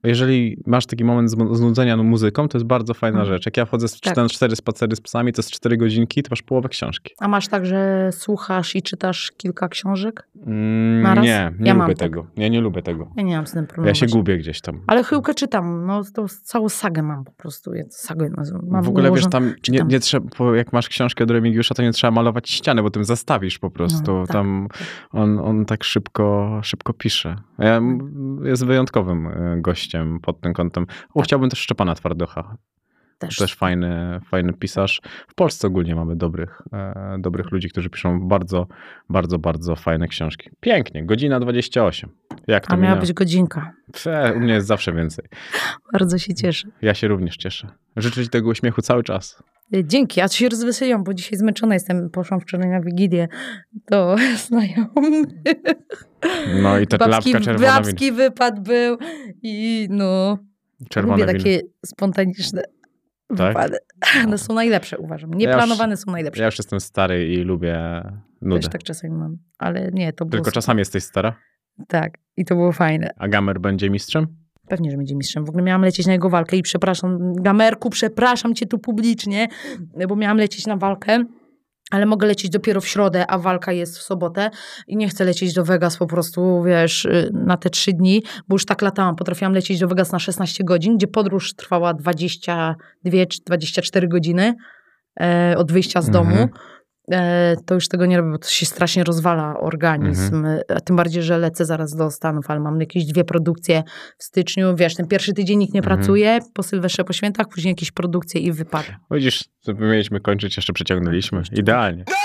Jeżeli masz taki moment znudzenia muzyką, to jest bardzo fajna rzecz. Jak ja wchodzę Tak. na 4 spacery z psami, to jest 4 godzinki, to masz połowę książki. A masz tak, że słuchasz i czytasz kilka książek? Naraz? Nie Ja mam lubię tak. tego. Ja nie lubię tego. Ja nie mam z tym problemu. Ja się właśnie. gubię gdzieś tam. Ale chyłkę czytam, no to całą sagę mam po prostu. Ja sagę mam W ogóle wiesz, ułożoną. tam czytam. nie trzeba, jak masz książkę od Remigiusza, to nie trzeba malować ściany, bo tym zastawisz po prostu. No, tak. Tam on tak szybko pisze. Jest wyjątkowym gościem pod tym kątem. Chciałbym też Szczepana Twardocha. Też fajny pisarz. W Polsce ogólnie mamy dobrych ludzi, którzy piszą bardzo, bardzo, bardzo fajne książki. Pięknie, godzina 28. Jak to A miała minęło? być godzinka. U mnie jest zawsze więcej. Bardzo się cieszę. Ja się również cieszę. Życzę ci tego uśmiechu cały czas. Dzięki, ja się rozweseliłam, bo dzisiaj zmęczona jestem. Poszłam wczoraj na Wigilię do znajomych. No i ta lampka czerwona. Babski wypad był i no... Czerwone lubię wino. takie spontaniczne Tak? wypady. No są najlepsze, uważam. Nieplanowane są najlepsze. Ja już jestem stary i lubię nudę. Też tak czasami mam. Ale nie, to było... Tylko czasami jesteś stara. Tak, i to było fajne. A Gamer będzie mistrzem? Pewnie, że będzie mistrzem. W ogóle miałam lecieć na jego walkę i przepraszam, Gamerku, przepraszam cię tu publicznie, bo miałam lecieć na walkę, ale mogę lecieć dopiero w środę, a walka jest w sobotę i nie chcę lecieć do Vegas po prostu, wiesz, na te 3 dni, bo już tak latałam. Potrafiłam lecieć do Vegas na 16 godzin, gdzie podróż trwała 22 czy 24 godziny od wyjścia z domu. To już tego nie robię, bo to się strasznie rozwala organizm. A tym bardziej, że lecę zaraz do Stanów, ale mam jakieś 2 produkcje w styczniu. Wiesz, ten pierwszy tydzień nikt nie pracuje, po Sylwestrze, po świętach, później jakieś produkcje i wypady. Widzisz, co mieliśmy kończyć, jeszcze przeciągnęliśmy. Idealnie.